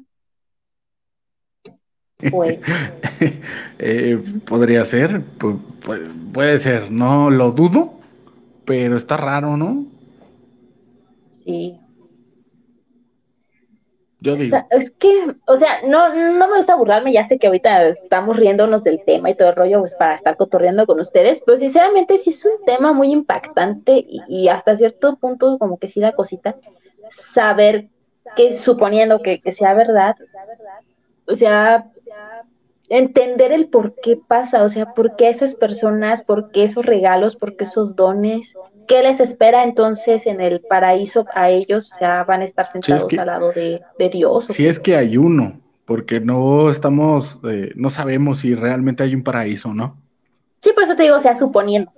Pues, Eh, podría ser, pu- pu- puede ser, no lo dudo, pero está raro, ¿no? sí. Yo Sa- digo. Es que, o sea, no, no me gusta burlarme, ya sé que ahorita estamos riéndonos del tema y todo el rollo, pues para estar cotorreando con ustedes, pero sinceramente sí es un tema muy impactante y, y hasta cierto punto como que sí da cosita saber que suponiendo que, que sea verdad, o sea, entender el por qué pasa, o sea, por qué esas personas, por qué esos regalos, por qué esos dones, qué les espera entonces en el paraíso a ellos, o sea, van a estar Si es sentados que, al lado de, de Dios o si qué. es que hay uno, porque no estamos, eh, no sabemos si realmente hay un paraíso, ¿no? Sí, por eso te digo, o sea, suponiendo.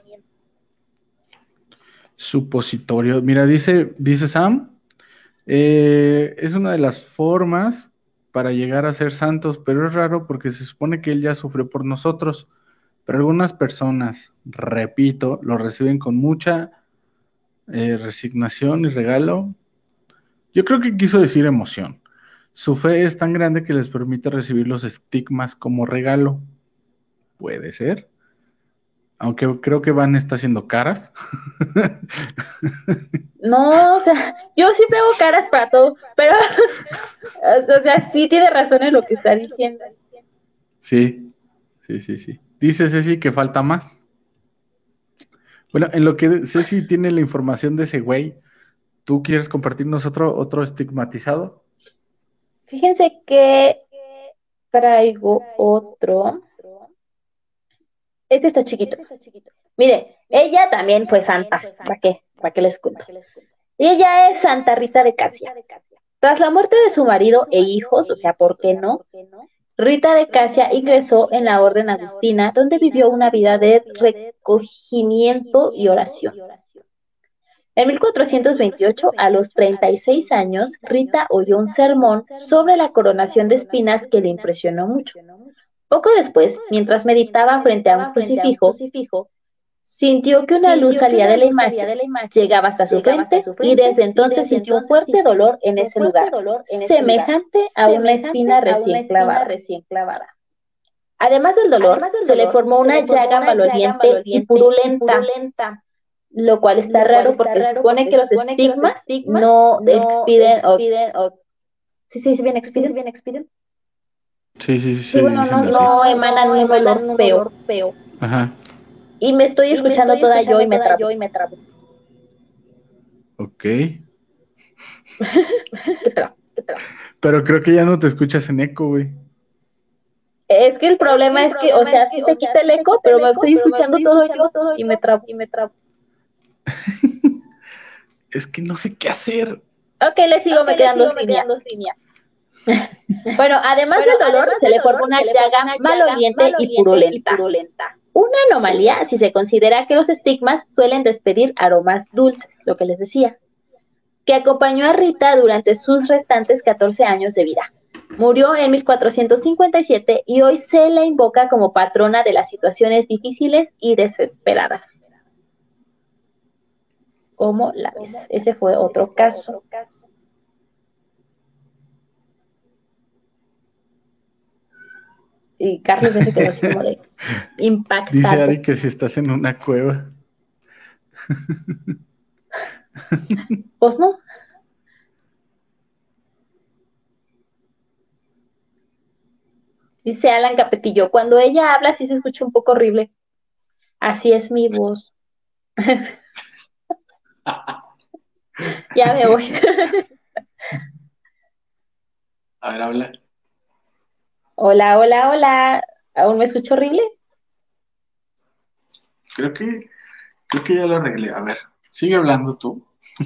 Supositorio. Mira, dice, dice Sam, eh, es una de las formas para llegar a ser santos, pero es raro porque se supone que Él ya sufrió por nosotros, pero algunas personas, repito, lo reciben con mucha eh, resignación y regalo. Yo creo que quiso decir emoción. Su fe es tan grande que les permite recibir los estigmas como regalo. Puede ser. Aunque creo que Van está haciendo caras. No, o sea, yo siempre hago caras para todo, pero, o sea, sí tiene razón en lo que está diciendo. Sí, sí, sí, sí. Dice Ceci que falta más. Bueno, en lo que Ceci tiene la información de ese güey, ¿tú quieres compartirnos otro, otro estigmatizado? Fíjense que traigo otro. Este está chiquito. Mire, ella también fue santa. ¿Para qué? ¿Para qué les cuento? Y ella es Santa Rita de Casia. Tras la muerte de su marido e hijos, o sea, ¿por qué no? Rita de Casia ingresó en la orden agustina, donde vivió una vida de recogimiento y oración. En mil cuatrocientos veintiocho, a los treinta y seis años, Rita oyó un sermón sobre la coronación de espinas que le impresionó mucho. Poco después, mientras meditaba frente a un crucifijo, sintió que una luz salía de la imagen, llegaba hasta su frente y desde entonces sintió un fuerte dolor en ese lugar, semejante a una espina recién clavada. Además del dolor, se le formó una llaga maloliente y purulenta, lo cual está raro porque supone que los estigmas no expiden o... ¿Sí se dice bien expiden? Sí, sí, sí. Sí, bueno, no, no emanan un olor feo. Ajá. Y me estoy escuchando toda yo y me trabo. Ok. Pero creo que ya no te escuchas en eco, güey. Es que el problema es que, o sea, sí se quita el eco, pero me estoy escuchando todo yo y me trabo. Es que no sé qué hacer. Ok, le sigo, me quedan dos líneas. Bueno, además del dolor, se le formó una llaga maloliente y purulenta. Una anomalía si se considera que los estigmas suelen despedir aromas dulces, lo que les decía, que acompañó a Rita durante sus restantes catorce años de vida. Murió en mil cuatrocientos cincuenta y siete y hoy se la invoca como patrona de las situaciones difíciles y desesperadas. ¿Cómo la ves? Ese fue otro caso. Y Carlos ya se quedó así como de impactado. Dice Ari que si estás en una cueva. Pues no. Dice Alan Capetillo, cuando ella habla sí se escucha un poco horrible. Así es mi voz. Ya me voy. A ver, habla. Hola, hola, hola. ¿Aún me escucho horrible? Creo que, creo que ya lo arreglé. A ver, sigue hablando tú.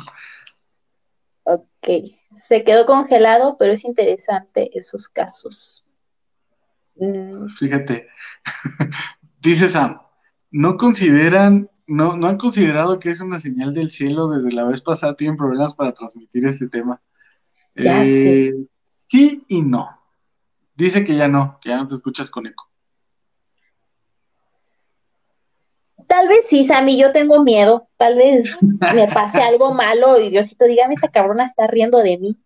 Ok. Se quedó congelado, pero es interesante esos casos. Mm. Fíjate. Dice Sam, ¿no consideran, no, no han considerado que es una señal del cielo? Desde la vez pasada tienen problemas para transmitir este tema. Ya Eh, sé. Sí y no. Dice que ya no, que ya no te escuchas con eco. Tal vez sí, Sammy, yo tengo miedo. Tal vez me pase algo malo y Diosito, dígame, esta cabrona está riendo de mí.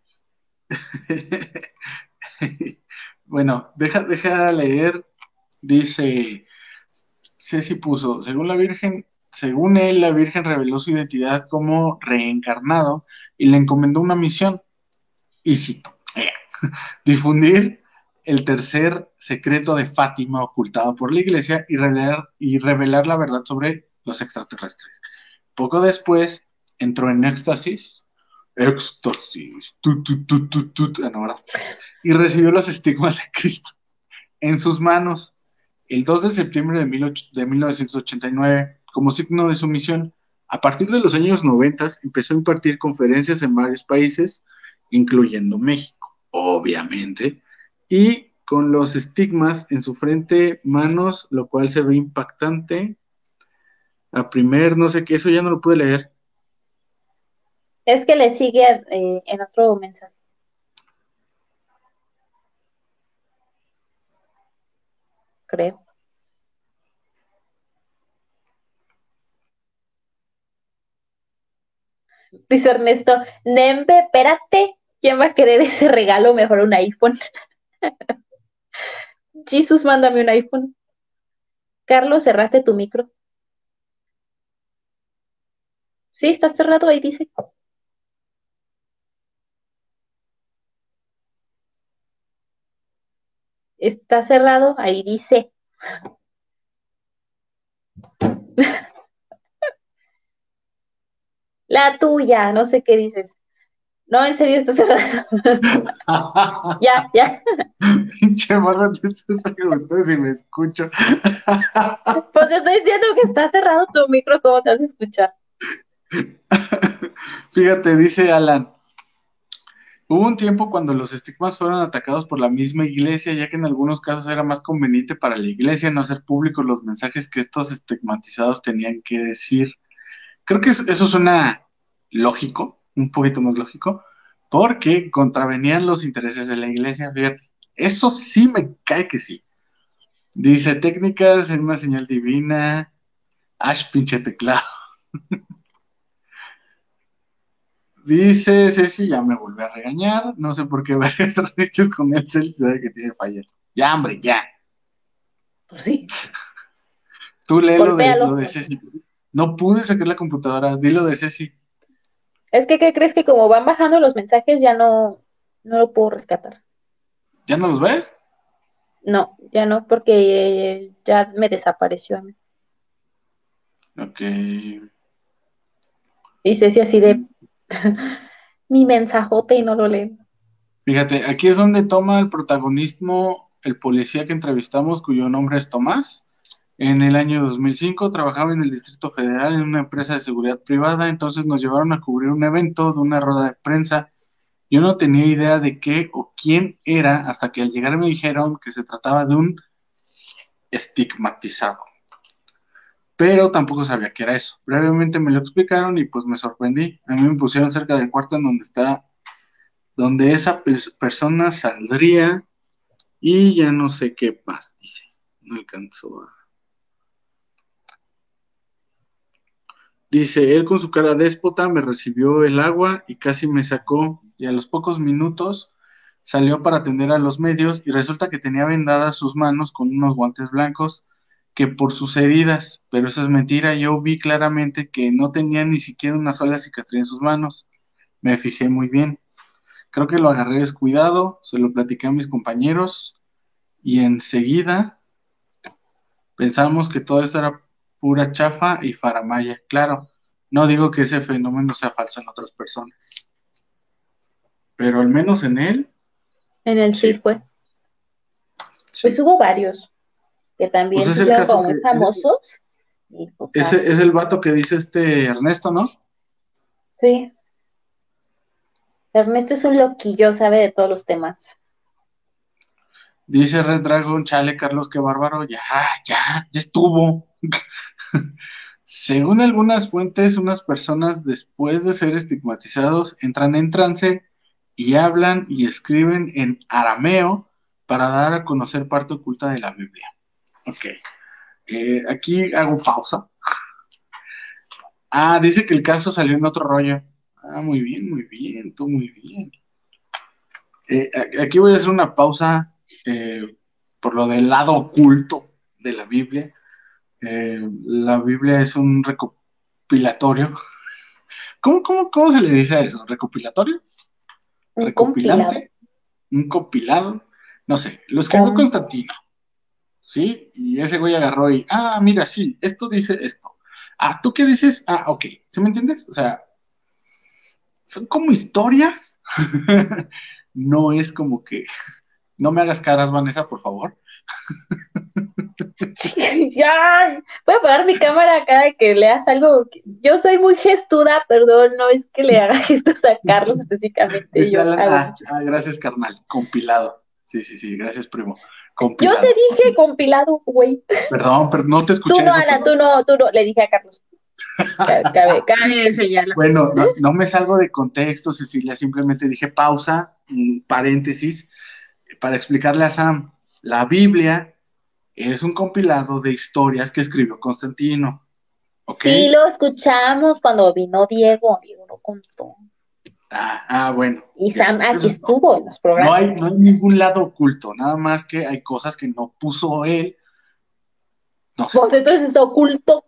Bueno, deja, deja leer. Dice, Ceci puso, según la Virgen, según él, la Virgen reveló su identidad como reencarnado y le encomendó una misión. Y cito, difundir el tercer secreto de Fátima ocultado por la iglesia y revelar, y revelar la verdad sobre los extraterrestres. Poco después entró en éxtasis, éxtasis, tu, tu, tu, tu, tu, tu, no, ¿verdad? Y recibió los estigmas de Cristo en sus manos el dos de septiembre de, mil ocho, de mil novecientos ochenta y nueve como signo de su misión. A partir de los años noventa empezó a impartir conferencias en varios países, incluyendo México, obviamente, y con los estigmas en su frente, manos, lo cual se ve impactante. A primer, no sé qué, eso ya no lo pude leer. Es que le sigue eh, en otro mensaje. Creo. Dice Ernesto, Nembe, espérate, ¿quién va a querer ese regalo? Mejor un iPhone. Jesús, mándame un iPhone. Carlos, cerraste tu micro. Sí, está cerrado, ahí dice. Está cerrado, ahí dice. La tuya, no sé qué dices. No, en serio, está cerrado. Ya, ya. Pinche morro, te estoy preguntando si me escucho. Pues te estoy diciendo que está cerrado tu micro, ¿cómo te vas a escuchar? Fíjate, dice Alan. Hubo un tiempo cuando los estigmas fueron atacados por la misma iglesia, ya que en algunos casos era más conveniente para la iglesia no hacer públicos los mensajes que estos estigmatizados tenían que decir. Creo que eso, eso suena lógico, un poquito más lógico, porque contravenían los intereses de la iglesia, fíjate. Eso sí me cae que sí. Dice, técnicas en una señal divina. Ash, pinche teclado. Dice Ceci, ya me volvió a regañar. No sé por qué ver estos dichos con él, se sabe que tiene fallas. Ya, hombre, ya. Pues sí, Tú lee lo de, golpéalo. lo de Ceci. No pude sacar la computadora. Dilo de Ceci. Es que, ¿qué crees? Que como van bajando los mensajes, ya no, no lo puedo rescatar. ¿Ya no los ves? No, ya no, porque eh, ya me desapareció a mí. Ok. Dice sí, así de mi mensajote y no lo leen. Fíjate, aquí es donde toma el protagonismo el policía que entrevistamos, cuyo nombre es Tomás. En el año dos mil cinco trabajaba en el Distrito Federal en una empresa de seguridad privada, entonces nos llevaron a cubrir un evento de una rueda de prensa. Yo no tenía idea de qué o quién era hasta que al llegar me dijeron que se trataba de un estigmatizado. Pero tampoco sabía qué era eso. Brevemente me lo explicaron y pues me sorprendí. A mí me pusieron cerca del cuarto en donde está, donde esa pe- persona saldría y ya no sé qué más dice. No alcanzó a... Dice, él con su cara déspota me recibió el agua y casi me sacó, y a los pocos minutos salió para atender a los medios y resulta que tenía vendadas sus manos con unos guantes blancos que por sus heridas, pero eso es mentira, yo vi claramente que no tenía ni siquiera una sola cicatriz en sus manos. Me fijé muy bien. Creo que lo agarré descuidado, se lo platiqué a mis compañeros y enseguida pensábamos que todo esto era pura chafa y faramaya. Claro, no digo que ese fenómeno sea falso en otras personas, pero al menos en él, En el sí sí, fue. Pues sí. hubo varios que Pues también es se el hicieron caso como que, muy famosos. Y pues ese nada. es el vato que dice este Ernesto, ¿no? Sí, Ernesto es un loquillo, sabe de todos los temas. Dice Red Dragon, chale, Carlos, qué bárbaro, ya, ya, ya estuvo. Según algunas fuentes, unas personas después de ser estigmatizados entran en trance y hablan y escriben en arameo para dar a conocer parte oculta de la Biblia. Ok, eh, aquí hago pausa. Ah, dice que el caso salió en otro rollo. Ah, muy bien, muy bien, tú muy bien. Eh, aquí voy a hacer una pausa eh, por lo del lado oculto de la Biblia. Eh, la Biblia es un recopilatorio. ¿Cómo, cómo, cómo se le dice a eso? ¿Recopilatorio? Un compilado. ¿Recopilante? ¿Un compilado? No sé, lo escribió Com- Constantino, ¿sí? Y ese güey agarró y, ah, mira, sí, esto dice esto. Ah, ¿tú qué dices? Ah, ok, ¿sí me entiendes? O sea, son como historias. No es como que, no me hagas caras, Vanessa, por favor. Ya, voy a apagar mi cámara cada que leas algo. Yo soy muy gestuda, perdón, no es que le haga gestos a Carlos específicamente, Dice yo Alan, hago ah, muchas ah, cosas. gracias, carnal, compilado. Sí, sí, sí, gracias, primo. Yo Compilado. te dije compilado, güey. Perdón, pero no te Tú escuché no, eso. Ana, perdón. tú no, tú no, le dije a Carlos. Cabe, cabe, cabe enseñarla. Bueno, no, no me salgo de contexto, Cecilia, simplemente dije pausa, un paréntesis, para explicarle a Sam. La Biblia es un compilado de historias que escribió Constantino, ¿ok? Sí, lo escuchamos cuando vino Diego. Diego lo contó. Ah, ah, bueno. Y Ya. Sam aquí Entonces, estuvo en los no programas. hay, no hay ningún lado oculto, nada más que hay cosas que no puso él, no sé Pues por qué. entonces está oculto.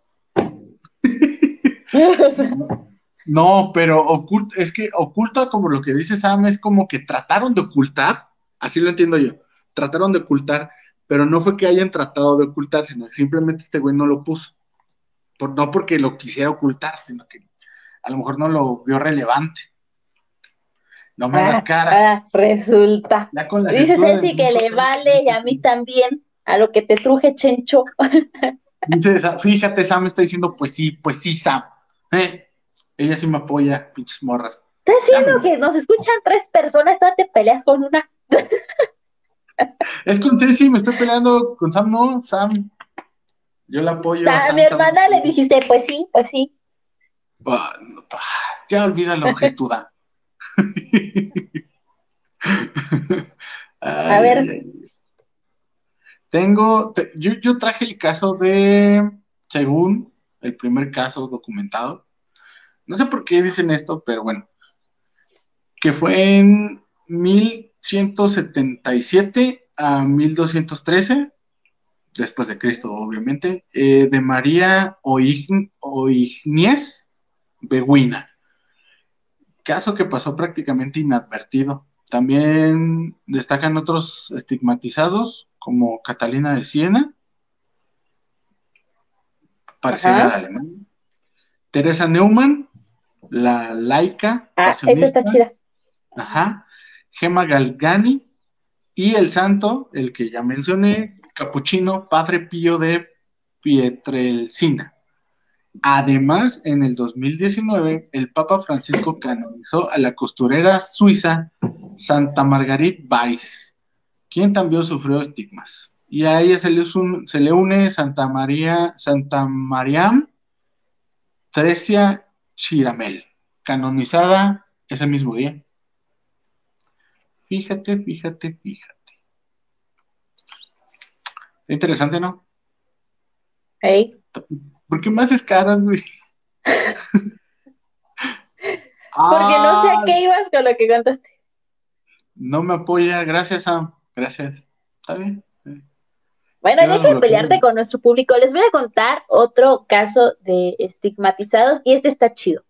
No, pero oculto, es que oculto, como lo que dice Sam, es como que trataron de ocultar, así lo entiendo yo, trataron de ocultar, pero no fue que hayan tratado de ocultar, sino que simplemente este güey no lo puso, por, no porque lo quisiera ocultar, sino que a lo mejor no lo vio relevante. No me hagas Ah, cara, ah, resulta. ya con la Dice gestura del Ceci que mundo, le vale y a mí también, a lo que te truje, Chencho. dice Sam, fíjate, Sam está diciendo, pues sí, pues sí, Sam, ¿eh? Ella sí me apoya, pinches morras. Estás Ya me diciendo voy. que nos escuchan tres personas, todavía te peleas con una. Es con Ceci, me estoy peleando con Sam, no, Sam. Yo la apoyo a A mi Sam, Sam. hermana le dijiste, pues sí, pues sí. Ah, no, ah, ya olvídalo, gestuda. A Ay, ay, ver, ay. Tengo, te- yo, yo traje el caso de, según el primer caso documentado, no sé por qué dicen esto, pero bueno, que fue en mil ciento setenta y siete a mil doscientos trece después de Cristo, obviamente, eh, de María Oign- Oignies Beguina. Caso que pasó prácticamente inadvertido. También destacan otros estigmatizados, como Catalina de Siena, pareciera ajá. alemán. Teresa Neumann, la laica Ah, esa está pasionista, chida. ajá. Gemma Galgani y el santo, el que ya mencioné, capuchino, Padre Pío de Pietrelcina. Además, en el dos mil diecinueve, el Papa Francisco canonizó a la costurera suiza Santa Margarit Weiss, quien también sufrió estigmas. Y a ella se le, un- se le une Santa María, Santa Mariam Tresia Chiramel, canonizada ese mismo día. Fíjate, fíjate, fíjate. Interesante, ¿no? Ey. ¿Por qué me haces caras, güey? Porque no sé a Ah, qué ibas con lo que contaste. no me apoya. Gracias, Sam. Gracias. Está bien. Bueno, Quedas deja de pelearte bloqueado. con nuestro público. Les voy a contar otro caso de estigmatizados y este está chido.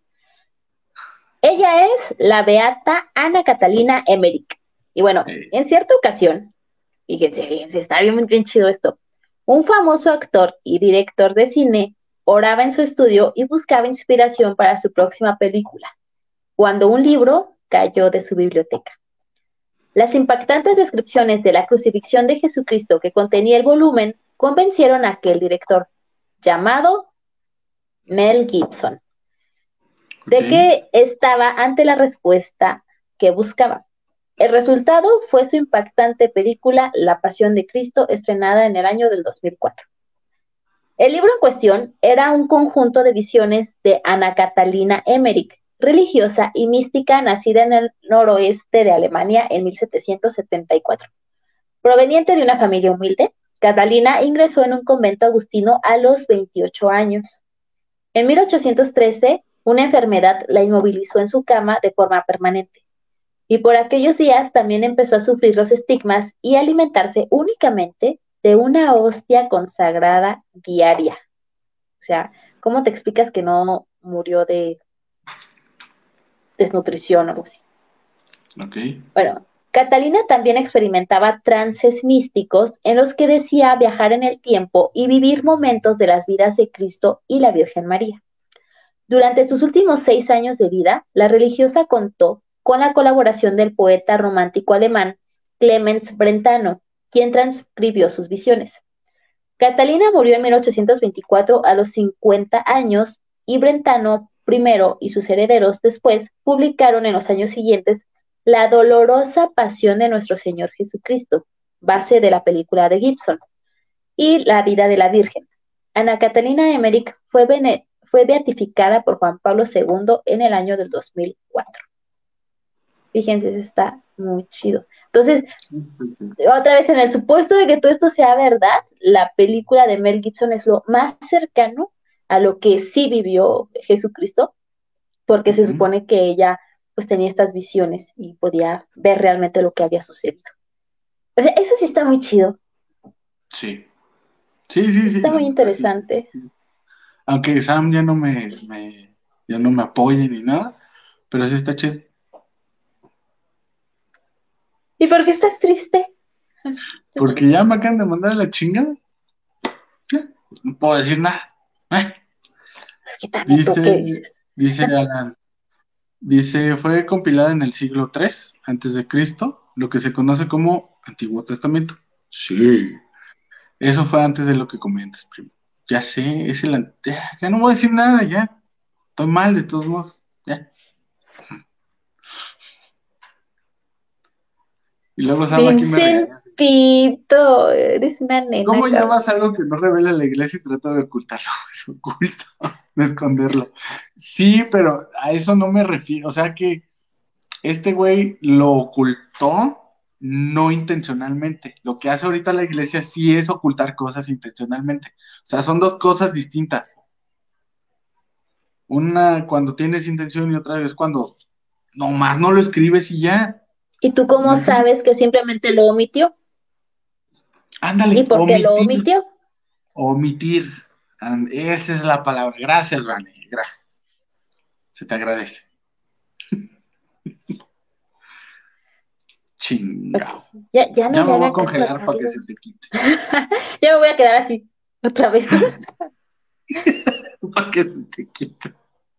Ella es la beata Ana Catalina Emmerich. Y bueno, Eh, en cierta ocasión, fíjense, fíjense, está bien, bien chido esto. Un famoso actor y director de cine oraba en su estudio y buscaba inspiración para su próxima película, cuando un libro cayó de su biblioteca. Las impactantes descripciones de la crucifixión de Jesucristo que contenía el volumen convencieron a aquel director, llamado Mel Gibson, ok. de que estaba ante la respuesta que buscaba. El resultado fue su impactante película La Pasión de Cristo, estrenada en el año del dos mil cuatro. El libro en cuestión era un conjunto de visiones de Ana Catalina Emmerich, religiosa y mística nacida en el noroeste de Alemania en mil setecientos setenta y cuatro. Proveniente de una familia humilde, Catalina ingresó en un convento agustino a los veintiocho años. En mil ochocientos trece, una enfermedad la inmovilizó en su cama de forma permanente. Y por aquellos días también empezó a sufrir los estigmas y alimentarse únicamente de una hostia consagrada diaria. O sea, ¿cómo te explicas que no murió de desnutrición o algo así? Ok. Bueno, Catalina también experimentaba trances místicos en los que decía viajar en el tiempo y vivir momentos de las vidas de Cristo y la Virgen María. Durante sus últimos seis años de vida, la religiosa contó con la colaboración del poeta romántico alemán Clemens Brentano, quien transcribió sus visiones. Catalina murió en mil ochocientos veinticuatro a los cincuenta años y Brentano primero y sus herederos después publicaron en los años siguientes La dolorosa pasión de nuestro Señor Jesucristo, base de la película de Gibson, y La vida de la Virgen. Ana Catalina Emmerich fue, bene- fue beatificada por Juan Pablo segundo en el año del dos mil cuatro. Fíjense, eso está muy chido. Entonces, otra vez, en el supuesto de que todo esto sea verdad, la película de Mel Gibson es lo más cercano a lo que sí vivió Jesucristo, porque se Ujú. supone que ella pues tenía estas visiones y podía ver realmente lo que había sucedido. O sea, eso sí está muy chido, Sí. Sí, sí, sí, está la muy neta, sí. interesante. Aunque Sam ya no me, me- ya no me apoye ni nada, pero sí está chido. ¿Y por qué estás triste? Porque ya me acaban de mandar a la chingada. Ya, no puedo decir nada. Eh, Es que también tú qué Dice, dices. dice Alan, dice, fue compilada en el siglo tres antes de Cristo, lo que se conoce como Antiguo Testamento. Sí, eso fue antes de lo que comentas, primo. Ya sé, es el... an- Ya, ya no voy a decir nada, ya. Estoy mal de todos modos. Ya. Y luego Sam aquí me regaña. Vincentito, eres una nena, ¿Cómo cabrón. llamas algo que no revela la iglesia y trata de ocultarlo? Es oculto, de esconderlo. Sí, pero a eso no me refiero. O sea que este güey lo ocultó no intencionalmente. Lo que hace ahorita la iglesia sí es ocultar cosas intencionalmente. O sea, son dos cosas distintas. Una cuando tienes intención y otra vez cuando nomás no lo escribes y ya. ¿Y tú ¿Me cómo entiendes? sabes que simplemente lo omitió? ¿Y Ándale, por qué lo omitir, omitió? omitir. And- esa es la palabra. Gracias, Vane, gracias. Se te agradece. Ok, Chingao. ya, ya no Ya le me voy a hagan caso a congelar para que se Carlos. te quite. Ya me voy a quedar así, otra vez. Para que se te quite.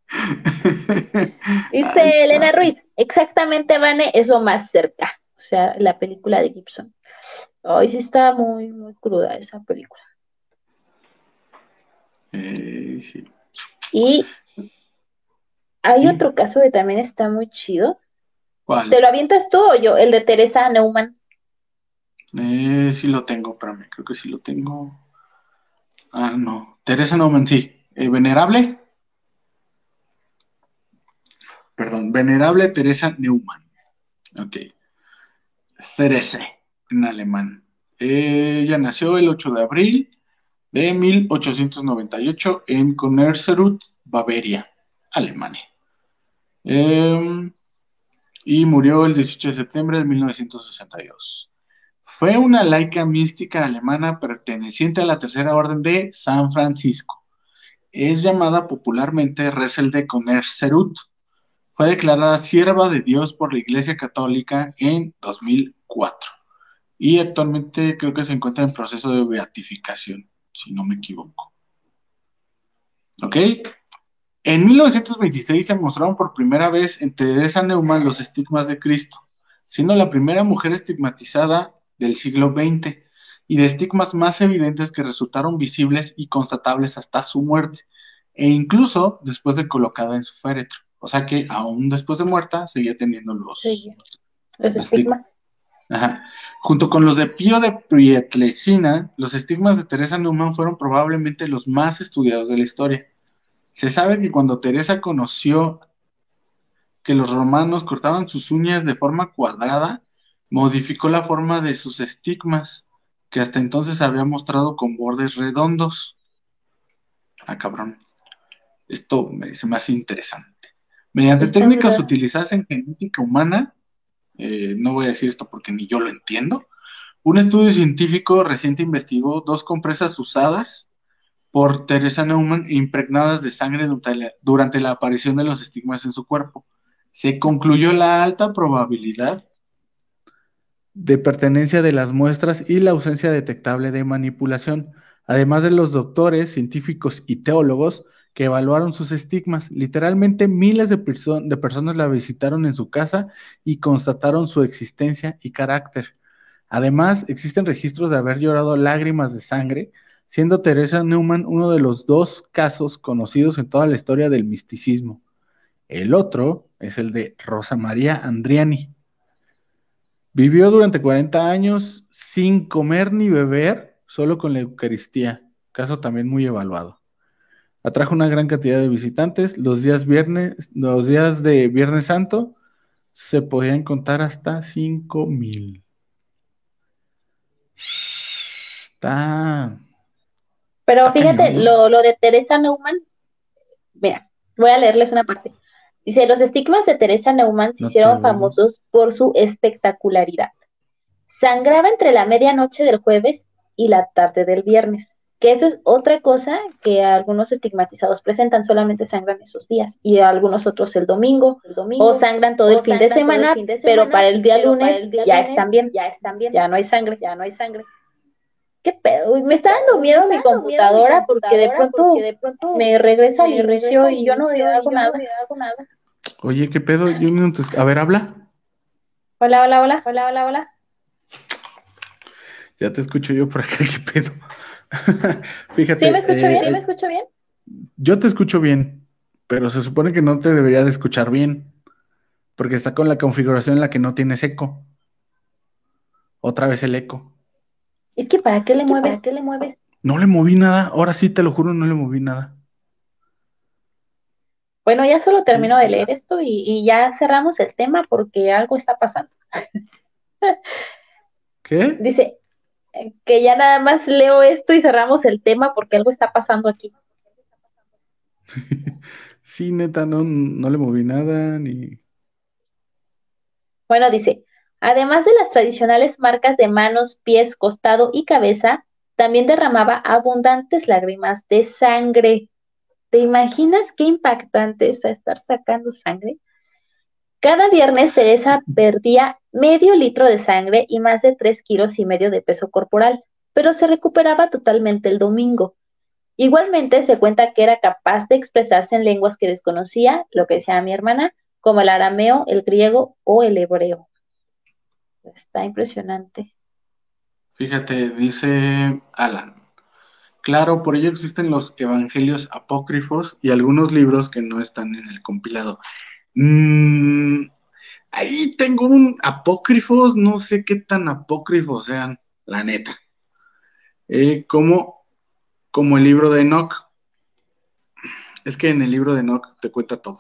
Ay, Dice Elena cabrón. Ruiz, exactamente, Vane, es lo más cerca. O sea, la película de Gibson. Hoy sí está muy, muy cruda esa película. Eh, sí. Y hay ¿Y otro caso que también está muy chido. ¿Te cuál? lo avientas tú o yo? El de Teresa Neumann. Eh, sí lo tengo, espérame, creo que sí lo tengo. Ah, no. Teresa Neumann, sí. Eh, Venerable, perdón, Venerable Teresa Neumann. Ok. Therese, en alemán. Ella nació el ocho de abril de mil ochocientos noventa y ocho en Connerserut, Bavaria, Alemania. Eh, y murió el dieciocho de septiembre de mil novecientos sesenta y dos. Fue una laica mística alemana perteneciente a la Tercera Orden de San Francisco. Es llamada popularmente Ressel de Connerserut. Fue declarada sierva de Dios por la Iglesia Católica en dos mil cuatro y actualmente creo que se encuentra en proceso de beatificación, si no me equivoco. ¿Ok? En mil novecientos veintiséis se mostraron por primera vez en Teresa Neumann los estigmas de Cristo, siendo la primera mujer estigmatizada del siglo veinte y de estigmas más evidentes que resultaron visibles y constatables hasta su muerte, e incluso después de colocada en su féretro. O sea que aún después de muerta seguía teniendo los, Sí, los los estigmas. estigmas. Ajá. Junto con los de Pío de Pietrelcina, los estigmas de Teresa Neumann fueron probablemente los más estudiados de la historia. Se sabe que cuando Teresa conoció que los romanos cortaban sus uñas de forma cuadrada, modificó la forma de sus estigmas, que hasta entonces había mostrado con bordes redondos. Ah, cabrón. Esto me, se me hace interesante. Mediante Está muy técnicas raro. utilizadas en genética humana, eh, no voy a decir esto porque ni yo lo entiendo, un estudio científico reciente investigó dos compresas usadas por Teresa Neumann impregnadas de sangre durante la, durante la aparición de los estigmas en su cuerpo. Se concluyó la alta probabilidad de pertenencia de las muestras y la ausencia detectable de manipulación, además de los doctores, científicos y teólogos que evaluaron sus estigmas. Literalmente miles de, perso- de personas la visitaron en su casa y constataron su existencia y carácter. Además, existen registros de haber llorado lágrimas de sangre, siendo Teresa Neumann uno de los dos casos conocidos en toda la historia del misticismo. El otro es el de Rosa María Andriani. Vivió durante cuarenta años sin comer ni beber, solo con la Eucaristía, caso también muy evaluado. Atrajo una gran cantidad de visitantes. Los días viernes, los días de Viernes Santo se podían contar hasta cinco mil. Está, Pero está fíjate, cañón, ¿no? lo, lo de Teresa Neumann, mira, voy a leerles una parte. Dice, los estigmas de Teresa Neumann se No te hicieron oigo. famosos por su espectacularidad. Sangraba entre la medianoche del jueves y la tarde del viernes, que eso es otra cosa que algunos estigmatizados presentan, solamente sangran esos días y algunos otros el domingo, El o domingo, sangran todo o el fin de sangran todo el semana, fin de pero semana, para el día pero para lunes el día ya lunes están bien, ya están bien, ya no hay sangre. ya no hay sangre. ¿Qué pedo? Uy, me ¿Qué está pedo? dando Uy, me miedo está mi dando miedo mi computadora porque de computadora porque pronto de pronto me regresa al me regresa inicio al y yo no inicio y hago yo no nada. hago nada. Oye, ¿qué pedo? Yo no te- A ver, habla. Hola, hola, hola. Hola, hola, hola. Ya te escucho yo por acá, ¿qué pedo? ¿Sí me Fíjate, escucho eh, bien? ¿Sí me eh, escucho bien? yo te escucho bien, pero se supone que no te debería de escuchar bien, porque está con la configuración en la que no tienes eco. Otra vez el eco. Es que ¿para qué le Es que ¿para mueves? qué le mueves? No le moví nada, ahora sí te lo juro, no le moví nada. Bueno, ya solo Sí. termino de leer esto y, y ya cerramos el tema porque algo está pasando. ¿Qué? Dice eh, que ya nada más leo esto y cerramos el tema porque algo está pasando aquí. Sí, neta, no, no le moví nada, ni... Bueno, dice, además de las tradicionales marcas de manos, pies, costado y cabeza, también derramaba abundantes lágrimas de sangre. ¿Te imaginas qué impactante es estar sacando sangre? Cada viernes Teresa perdía medio litro de sangre y más de tres kilos y medio de peso corporal, pero se recuperaba totalmente el domingo. Igualmente se cuenta que era capaz de expresarse en lenguas que desconocía, lo que decía mi hermana, como el arameo, el griego o el hebreo. Está impresionante. Fíjate, dice Alan. Claro, por ello existen los evangelios apócrifos y algunos libros que no están en el compilado. Mm, ahí tengo un apócrifos, no sé qué tan apócrifos sean, la neta. Eh, como, como el libro de Enoch. Es que en el libro de Enoch te cuenta todo,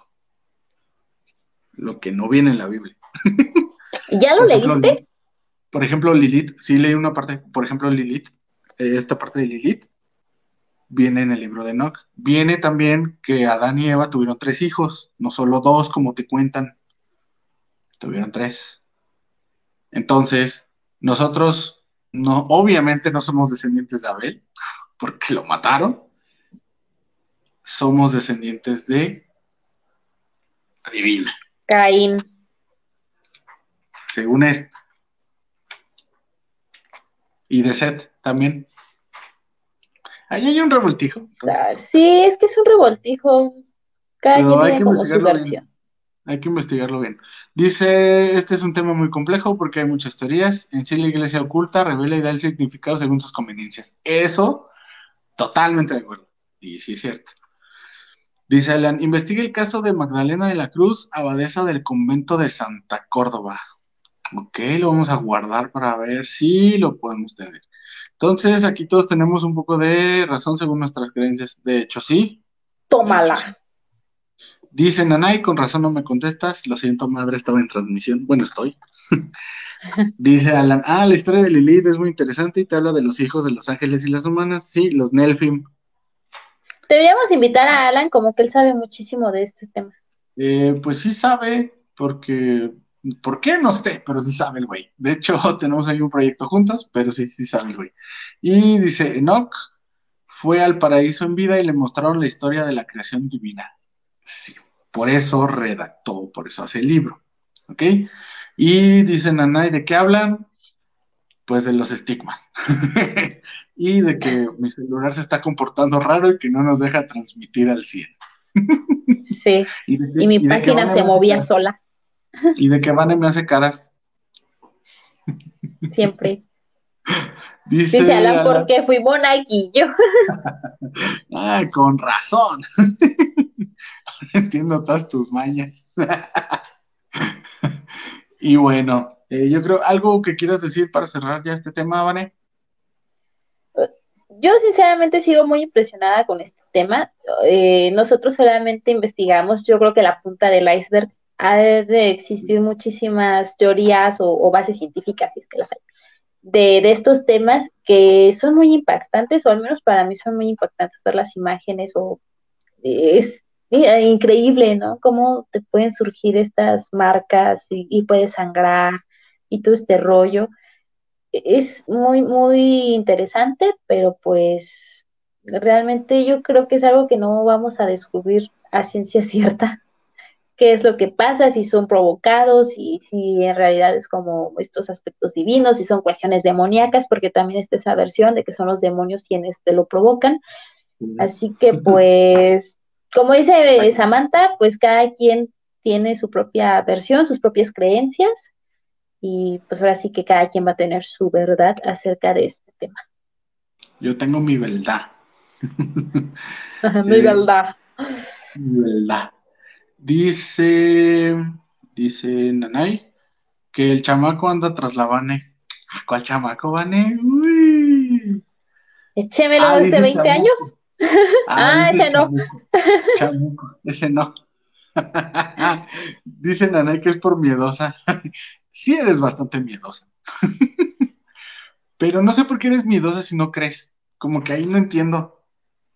lo que no viene en la Biblia. ¿Ya lo Por ejemplo, leíste? por ejemplo, Lilith, sí leí una parte, por ejemplo, Lilith, eh, esta parte de Lilith viene en el libro de Enoch. Viene también que Adán y Eva tuvieron tres hijos, no solo dos como te cuentan, tuvieron tres. Entonces, nosotros no, obviamente no somos descendientes de Abel, porque lo mataron. Somos descendientes de, adivina, Caín. según esto, y de Set también. Ahí hay un revoltijo, entonces, Ah, sí, es que es un revoltijo. Cada quien pero hay tiene que como su investigarlo versión. bien. Hay que investigarlo bien. Dice, este es un tema muy complejo porque hay muchas teorías. En sí la iglesia oculta, revela y da el significado según sus conveniencias. Eso, totalmente de acuerdo. Y sí es cierto. Dice Alan, investiga el caso de Magdalena de la Cruz, abadesa del convento de Santa Córdoba. Ok, lo vamos a guardar para ver si lo podemos tener. Entonces, aquí todos tenemos un poco de razón según nuestras creencias. De hecho, sí. De hecho, Tómala. sí. Dice Nanay, con razón no me contestas. Lo siento, madre, estaba en transmisión. Bueno, estoy. Dice Alan, ah, la historia de Lilith es muy interesante y te habla de los hijos de los ángeles y las humanas. Sí, los Nelfim. Deberíamos invitar a Alan, como que él sabe muchísimo de este tema. Eh, pues sí sabe, porque, ¿por qué? No sé, pero sí sabe el güey. De hecho, tenemos ahí un proyecto juntos, pero sí, sí sabe el güey. Y dice, Enoch fue al paraíso en vida y le mostraron la historia de la creación divina. Sí, por eso redactó, por eso hace el libro. ¿Ok? Y dicen, Nanay, ¿de qué hablan? Pues de los estigmas. Y de que mi celular se está comportando raro y que no nos deja transmitir al cien. Sí. Y de Y que, mi y de que página Vane se me hace movía caras. sola, Y de que Vane me hace caras. siempre. Dice Dice Alan, ¿por Alan, qué fui monaguillo? ah, con razón. Entiendo todas tus mañas. Y bueno, Eh, yo creo, algo que quieras decir para cerrar ya este tema, Vane. Yo sinceramente sigo muy impresionada con este tema. Eh, nosotros solamente investigamos, yo creo que la punta del iceberg. Ha de existir muchísimas teorías o, o bases científicas, si es que las hay, de, de estos temas que son muy impactantes, o al menos para mí son muy impactantes ver las imágenes, o eh, es eh, increíble, ¿no? Cómo te pueden surgir estas marcas y, y puedes sangrar y todo este rollo. Es muy, muy interesante, pero pues realmente yo creo que es algo que no vamos a descubrir a ciencia cierta qué es lo que pasa, si son provocados, y si en realidad es como estos aspectos divinos, si son cuestiones demoníacas, porque también está esa versión de que son los demonios quienes te lo provocan. Así que pues, como dice Samantha, pues cada quien tiene su propia versión, sus propias creencias, y pues ahora sí que cada quien va a tener su verdad acerca de este tema. Yo tengo mi verdad. Mi Eh, verdad. mi verdad. Dice, dice Nanay que el chamaco anda tras la Vane. Ah, ¿cuál chamaco, Vane? Uy. Échemelo Ah, hace dice veinte años. chamuco. Ah, Ah, dice ese no. chamuco. Chamuco, ese no. Dice Nanay que es por miedosa. Sí eres bastante miedosa. Pero no sé por qué eres miedosa si no crees. Como que ahí no entiendo.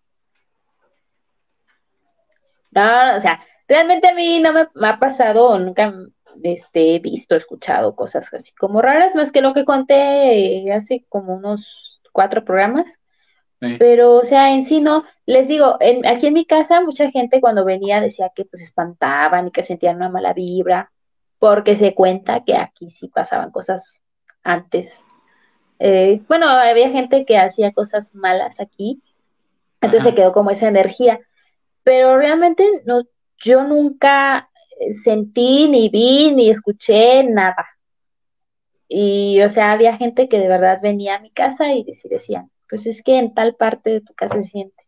No, o sea, realmente a mí no me, me ha pasado, o nunca este, he visto, escuchado cosas así como raras, más que lo que conté eh, hace como unos cuatro programas. Eh, Pero, o sea, en sí no, les digo, en, aquí en mi casa mucha gente cuando venía decía que pues espantaban y que sentían una mala vibra, porque se cuenta que aquí sí pasaban cosas antes. Eh, bueno, había gente que hacía cosas malas aquí, entonces se ajá. quedó como esa energía, pero realmente no, yo nunca eh, sentí, ni vi, ni escuché nada. Y, o sea, había gente que de verdad venía a mi casa y sí decían, pues es que en tal parte de tu casa se siente.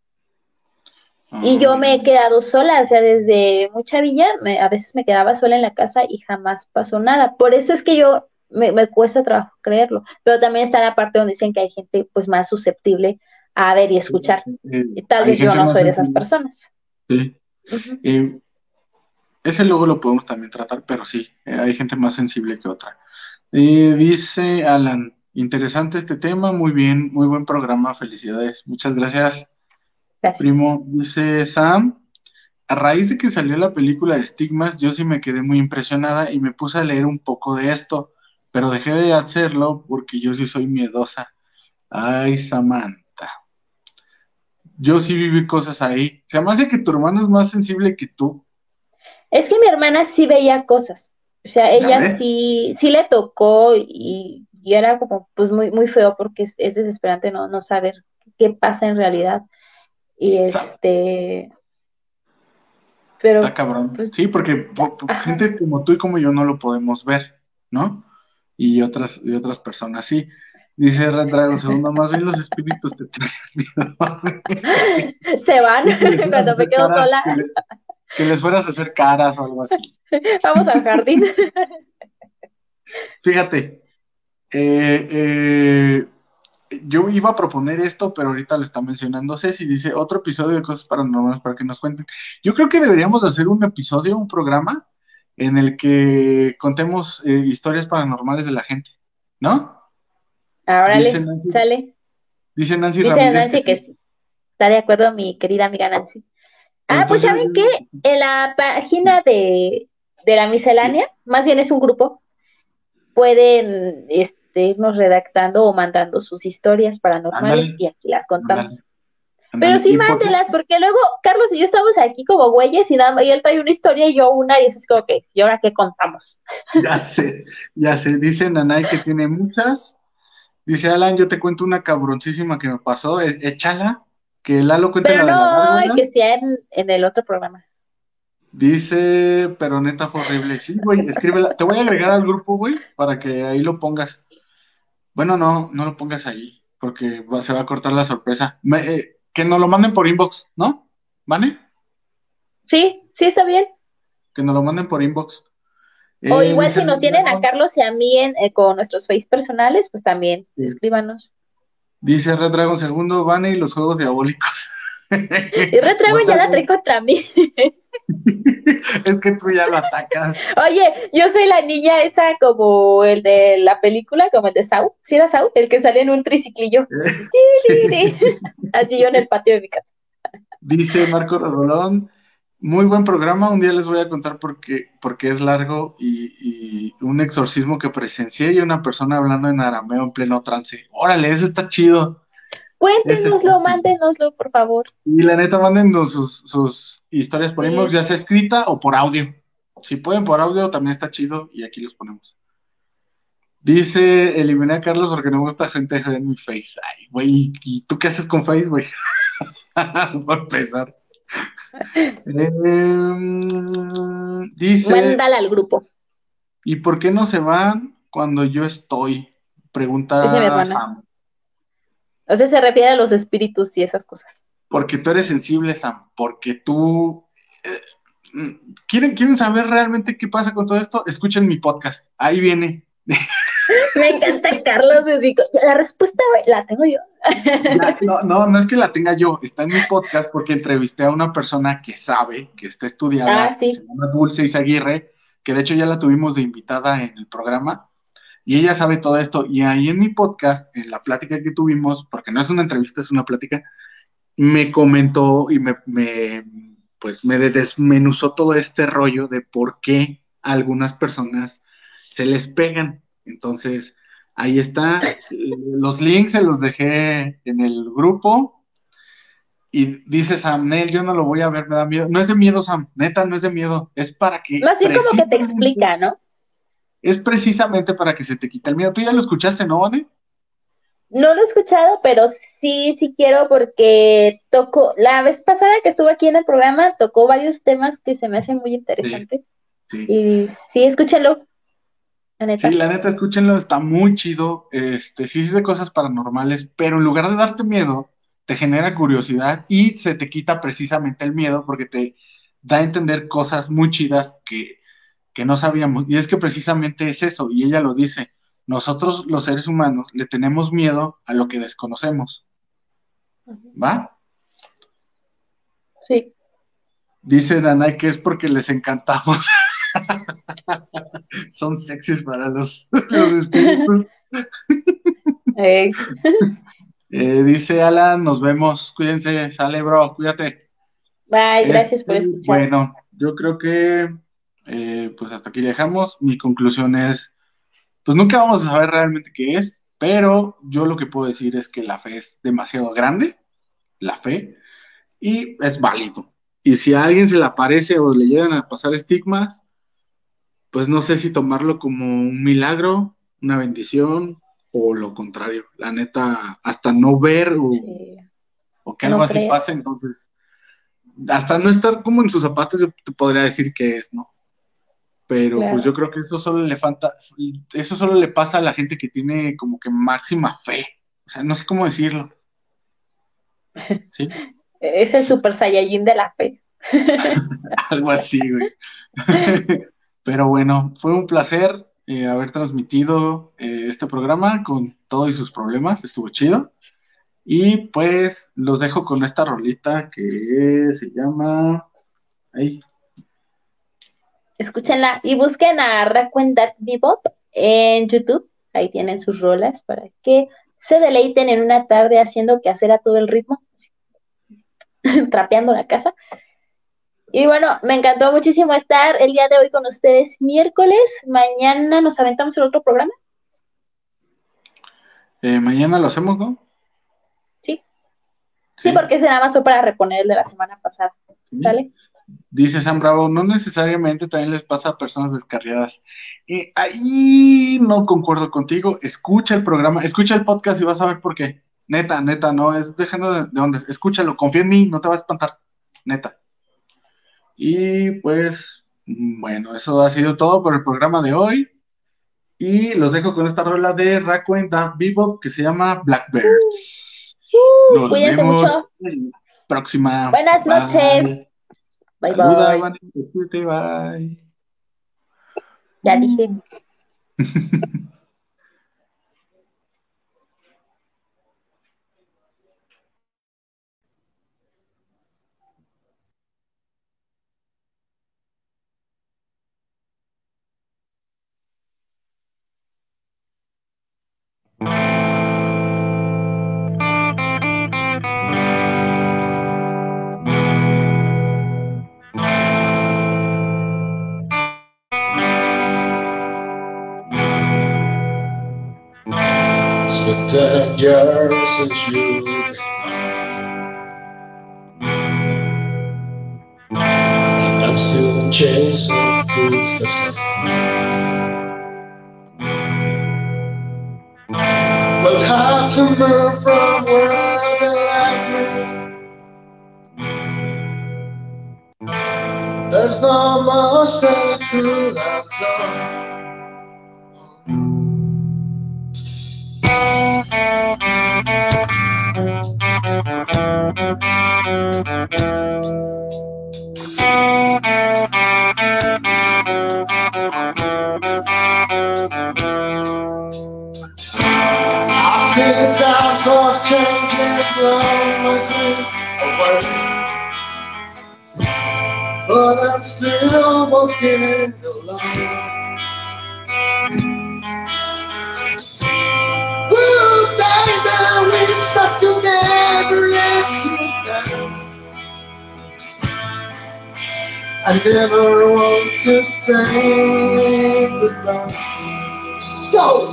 Y Ah, yo me he mira. quedado sola, o sea, desde mucha villa, me- a veces me quedaba sola en la casa y jamás pasó nada. Por eso es que yo me, me cuesta trabajo creerlo. Pero también está la parte donde dicen que hay gente pues más susceptible a ver y Sí, escuchar. eh, Y tal hay vez yo gente no más soy de esas sensible. personas. Sí. Ujú. Eh, ese luego lo podemos también tratar, pero sí, eh, hay gente más sensible que otra. Eh, dice Alan, interesante este tema, muy bien, muy buen programa, felicidades. Muchas gracias, Gracias. primo. Dice Sam, a raíz de que salió la película de Estigmas, yo sí me quedé muy impresionada y me puse a leer un poco de esto, pero dejé de hacerlo porque yo sí soy miedosa. Ay, Samantha. Yo sí viví cosas ahí. Se me hace que tu hermano es más sensible que tú. Es que mi hermana sí veía cosas. O sea, ¿Ya ella ves? sí, sí le tocó, y, y era como pues muy, muy feo porque es, es desesperante no, no saber qué pasa en realidad. Y Sa- este, Está pero cabrón. pues, Sí, porque po- po- ajá. gente como tú y como yo no lo podemos ver, ¿no? Y otras, y otras personas sí. Dice Red Dragon, segundo, más bien los espíritus te tienen miedo. Se van Sí, que les fueras a cuando me hacer quedo caras, sola. que, le- que les fueras a hacer caras o algo así. Vamos al jardín. Fíjate, eh, eh, yo iba a proponer esto, pero ahorita lo está mencionando Ceci, dice otro episodio de cosas paranormales para que nos cuenten. Yo creo que deberíamos de hacer un episodio, un programa en el que contemos eh, historias paranormales de la gente, ¿no? Dice Órale, Nancy, sale. dice Nancy Dice Ramírez que Nancy que sí. sí. Está de acuerdo mi querida amiga Nancy. Ah, pues Entonces, ¿saben qué? En la página de, de la miscelánea, más bien es un grupo, pueden este, irnos redactando o mandando sus historias paranormales ándale, y aquí las ándale, contamos. Pero ándale. sí Y por mándenlas, cierto, porque luego Carlos y yo estamos aquí como güeyes y nada más, y él trae una historia y yo una, y eso es como que, ¿y ahora qué contamos? ya sé, ya sé, dice Nanay que tiene muchas. Dice Alan, yo te cuento una cabroncísima que me pasó, e- échala, que Lalo cuente Pero la de la no, gárgola. que sea en, en el otro programa. Dice, pero neta fue horrible. Sí, güey, escríbela. Te voy a agregar al grupo, güey, para que ahí lo pongas. Bueno, no, no lo pongas ahí, porque va- se va a cortar la sorpresa. Me- eh, que nos lo manden por inbox, ¿no? ¿Vale? Sí, sí, está bien. Que nos lo manden por inbox. O Eh, igual dice si nos Red tienen a Dragon, Carlos y a mí en, eh, con nuestros face personales, pues también sí. escríbanos. Dice Red Dragon segundo, Vane y los juegos diabólicos. Y Retragon ya la trae Waterboy, contra mí. es que tú ya lo atacas. Oye, yo soy la niña esa como el de la película, como el de Saw. ¿Sí era Saw? El que salía en un triciclillo. Sí. Así yo en el patio de mi casa. Dice Marco Rolón, muy buen programa, un día les voy a contar por qué, porque es largo y, y un exorcismo que presencié y una persona hablando en arameo en pleno trance. Órale, ese está chido. Ese está Cuéntenoslo, chido. mándenoslo, por favor. Y la neta, mándennos sus, sus historias por inbox, Sí. ya sea escrita o por audio. Si pueden por audio, también está chido y aquí los ponemos. Dice, eliminé a Carlos porque no me gusta gente en mi face. Ay, güey, ¿y tú qué haces con face, güey? Por empezar. Em, dice, Mándala al grupo, ¿y por qué no se van cuando yo estoy? dice mi Pregunta hermana. Sam. O sea, se refiere a los espíritus y esas cosas. Porque tú eres sensible, Sam. Porque tú... eh, mm, ¿quieren, ¿Quieren saber realmente qué pasa con todo esto? Escuchen mi podcast. Ahí viene. Me encanta Carlos. Así, la respuesta güey, la tengo yo. Ya, no, no, no es que la tenga yo. Está en mi podcast porque entrevisté a una persona que sabe, que está Ah, estudiada, que se sí. llama Dulce Izaguirre, que de hecho ya la tuvimos de invitada en el programa. Y ella sabe todo esto. Y ahí en mi podcast, en la plática que tuvimos, porque no es una entrevista, es una plática, me comentó y me, me pues me desmenuzó todo este rollo de por qué a algunas personas se les pegan. Entonces, ahí está. Los links se los dejé en el grupo. Y dice Sam, Nel, yo no lo voy a ver, me da miedo. No es de miedo, Sam, neta, no es de miedo. Es para que Más bien como que te precisamente explica, ¿no? es precisamente para que se te quite el miedo. Tú ya lo escuchaste, ¿no, Vane? No lo he escuchado, pero sí, sí quiero porque tocó, la vez pasada que estuve aquí en el programa, tocó varios temas que se me hacen muy Sí, interesantes. sí. Y sí, escúchenlo, la Sí, neta. la neta, escúchenlo, está muy chido. Este, sí es de cosas paranormales, pero en lugar de darte miedo, te genera curiosidad y se te quita precisamente el miedo porque te da a entender cosas muy chidas que, que no sabíamos. Y es que precisamente es eso, y ella lo dice. Nosotros, los seres humanos, le tenemos miedo a lo que desconocemos, ¿va? Sí. Dice Danai que es porque les encantamos. Son sexys para los, los espíritus. Eh, Eh, dice Alan, nos vemos, cuídense, sale, bro, cuídate. bye, gracias por Este, escuchar. bueno, yo creo que eh, pues hasta aquí dejamos. Mi conclusión es, pues nunca vamos a saber realmente qué es, pero yo lo que puedo decir es que la fe es demasiado grande, la fe, y es válido. Y si a alguien se le aparece o le llegan a pasar estigmas, pues no sé si tomarlo como un milagro, una bendición o lo contrario. La neta, hasta no ver o, Sí, o que algo no así creer. pase, entonces, hasta no estar como en sus zapatos, yo te podría decir que es, ¿no? Pero pues yo Claro. creo que eso solo le falta, eso solo le pasa a la gente que tiene como que máxima fe. O sea, no sé cómo decirlo, ¿sí? Es el super saiyajin de la fe. Algo así, güey. Pero bueno, fue un placer eh, haber transmitido eh, este programa con todos y sus problemas, estuvo chido. Y pues los dejo con esta rolita que se llama... Ay, Escúchenla y busquen a Raquel Dark Bebop en YouTube. Ahí tienen sus rolas para que se deleiten en una tarde haciendo que hacer a todo el ritmo, trapeando la casa. Y bueno, me encantó muchísimo estar el día de hoy con ustedes miércoles. Mañana nos aventamos el otro programa. eh, mañana lo hacemos, ¿no? Sí, sí, Sí, porque ese nada más fue para reponer el de la semana pasada. sí. ¿Sale? Dice Sam Bravo, no necesariamente también les pasa a personas descarriadas. Eh, ahí no concuerdo contigo. Escucha el programa, escucha el podcast y vas a ver por qué. Neta, neta, no es dejando de, de onda. Escúchalo, confía en mí, no te vas a espantar. Neta. Y pues, mm, bueno, eso ha sido todo por el programa de hoy. Y los dejo con esta rola de Raquel Dark Bebop que se llama Blackbirds. Uh, Nos cuídense vemos mucho. en la próxima. Buenas noches. Bye. Bye Saluda, bye. Vanessa, cuídate, bye. Ya dije. It's been ten years since you've been gone, and I'm still chasing footsteps. We'll have to move from where they left me. There's not much they could have done. I see the times of change and blow my dreams away, but I'm still walking alone. Ooh, baby, we stuck together, let you down. I never want to say goodbye. Go!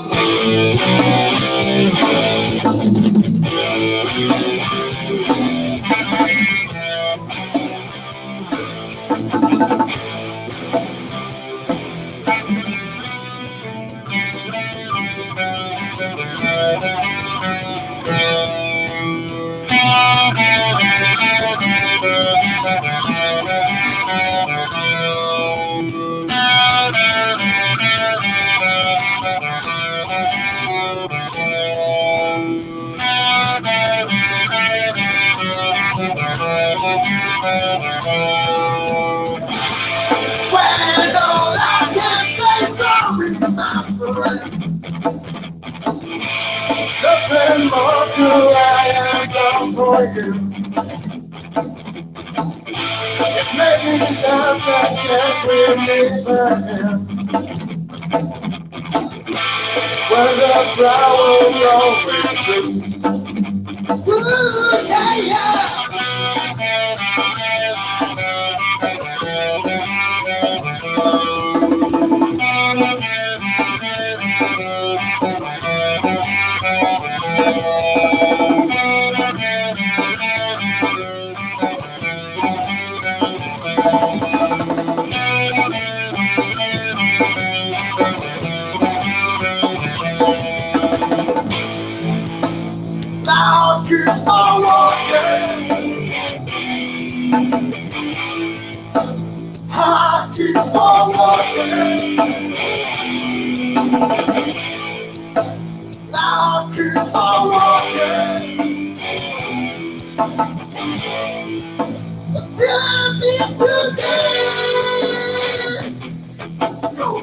When all I can say sorry, my friend. Nothing more do I am done for you. It's maybe the times that chance we miss again. When the flowers always bloom. Ooh, yeah, yeah. Now keep on walking. I keep on walking. Now keep on walking. Tell me today. Go.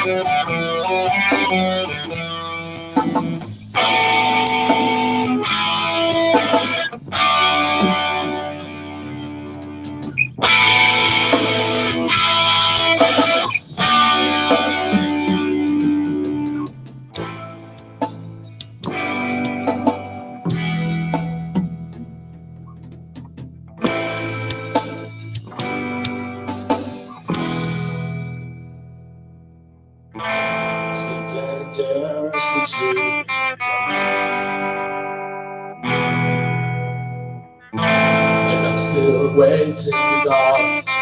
Still waiting, God.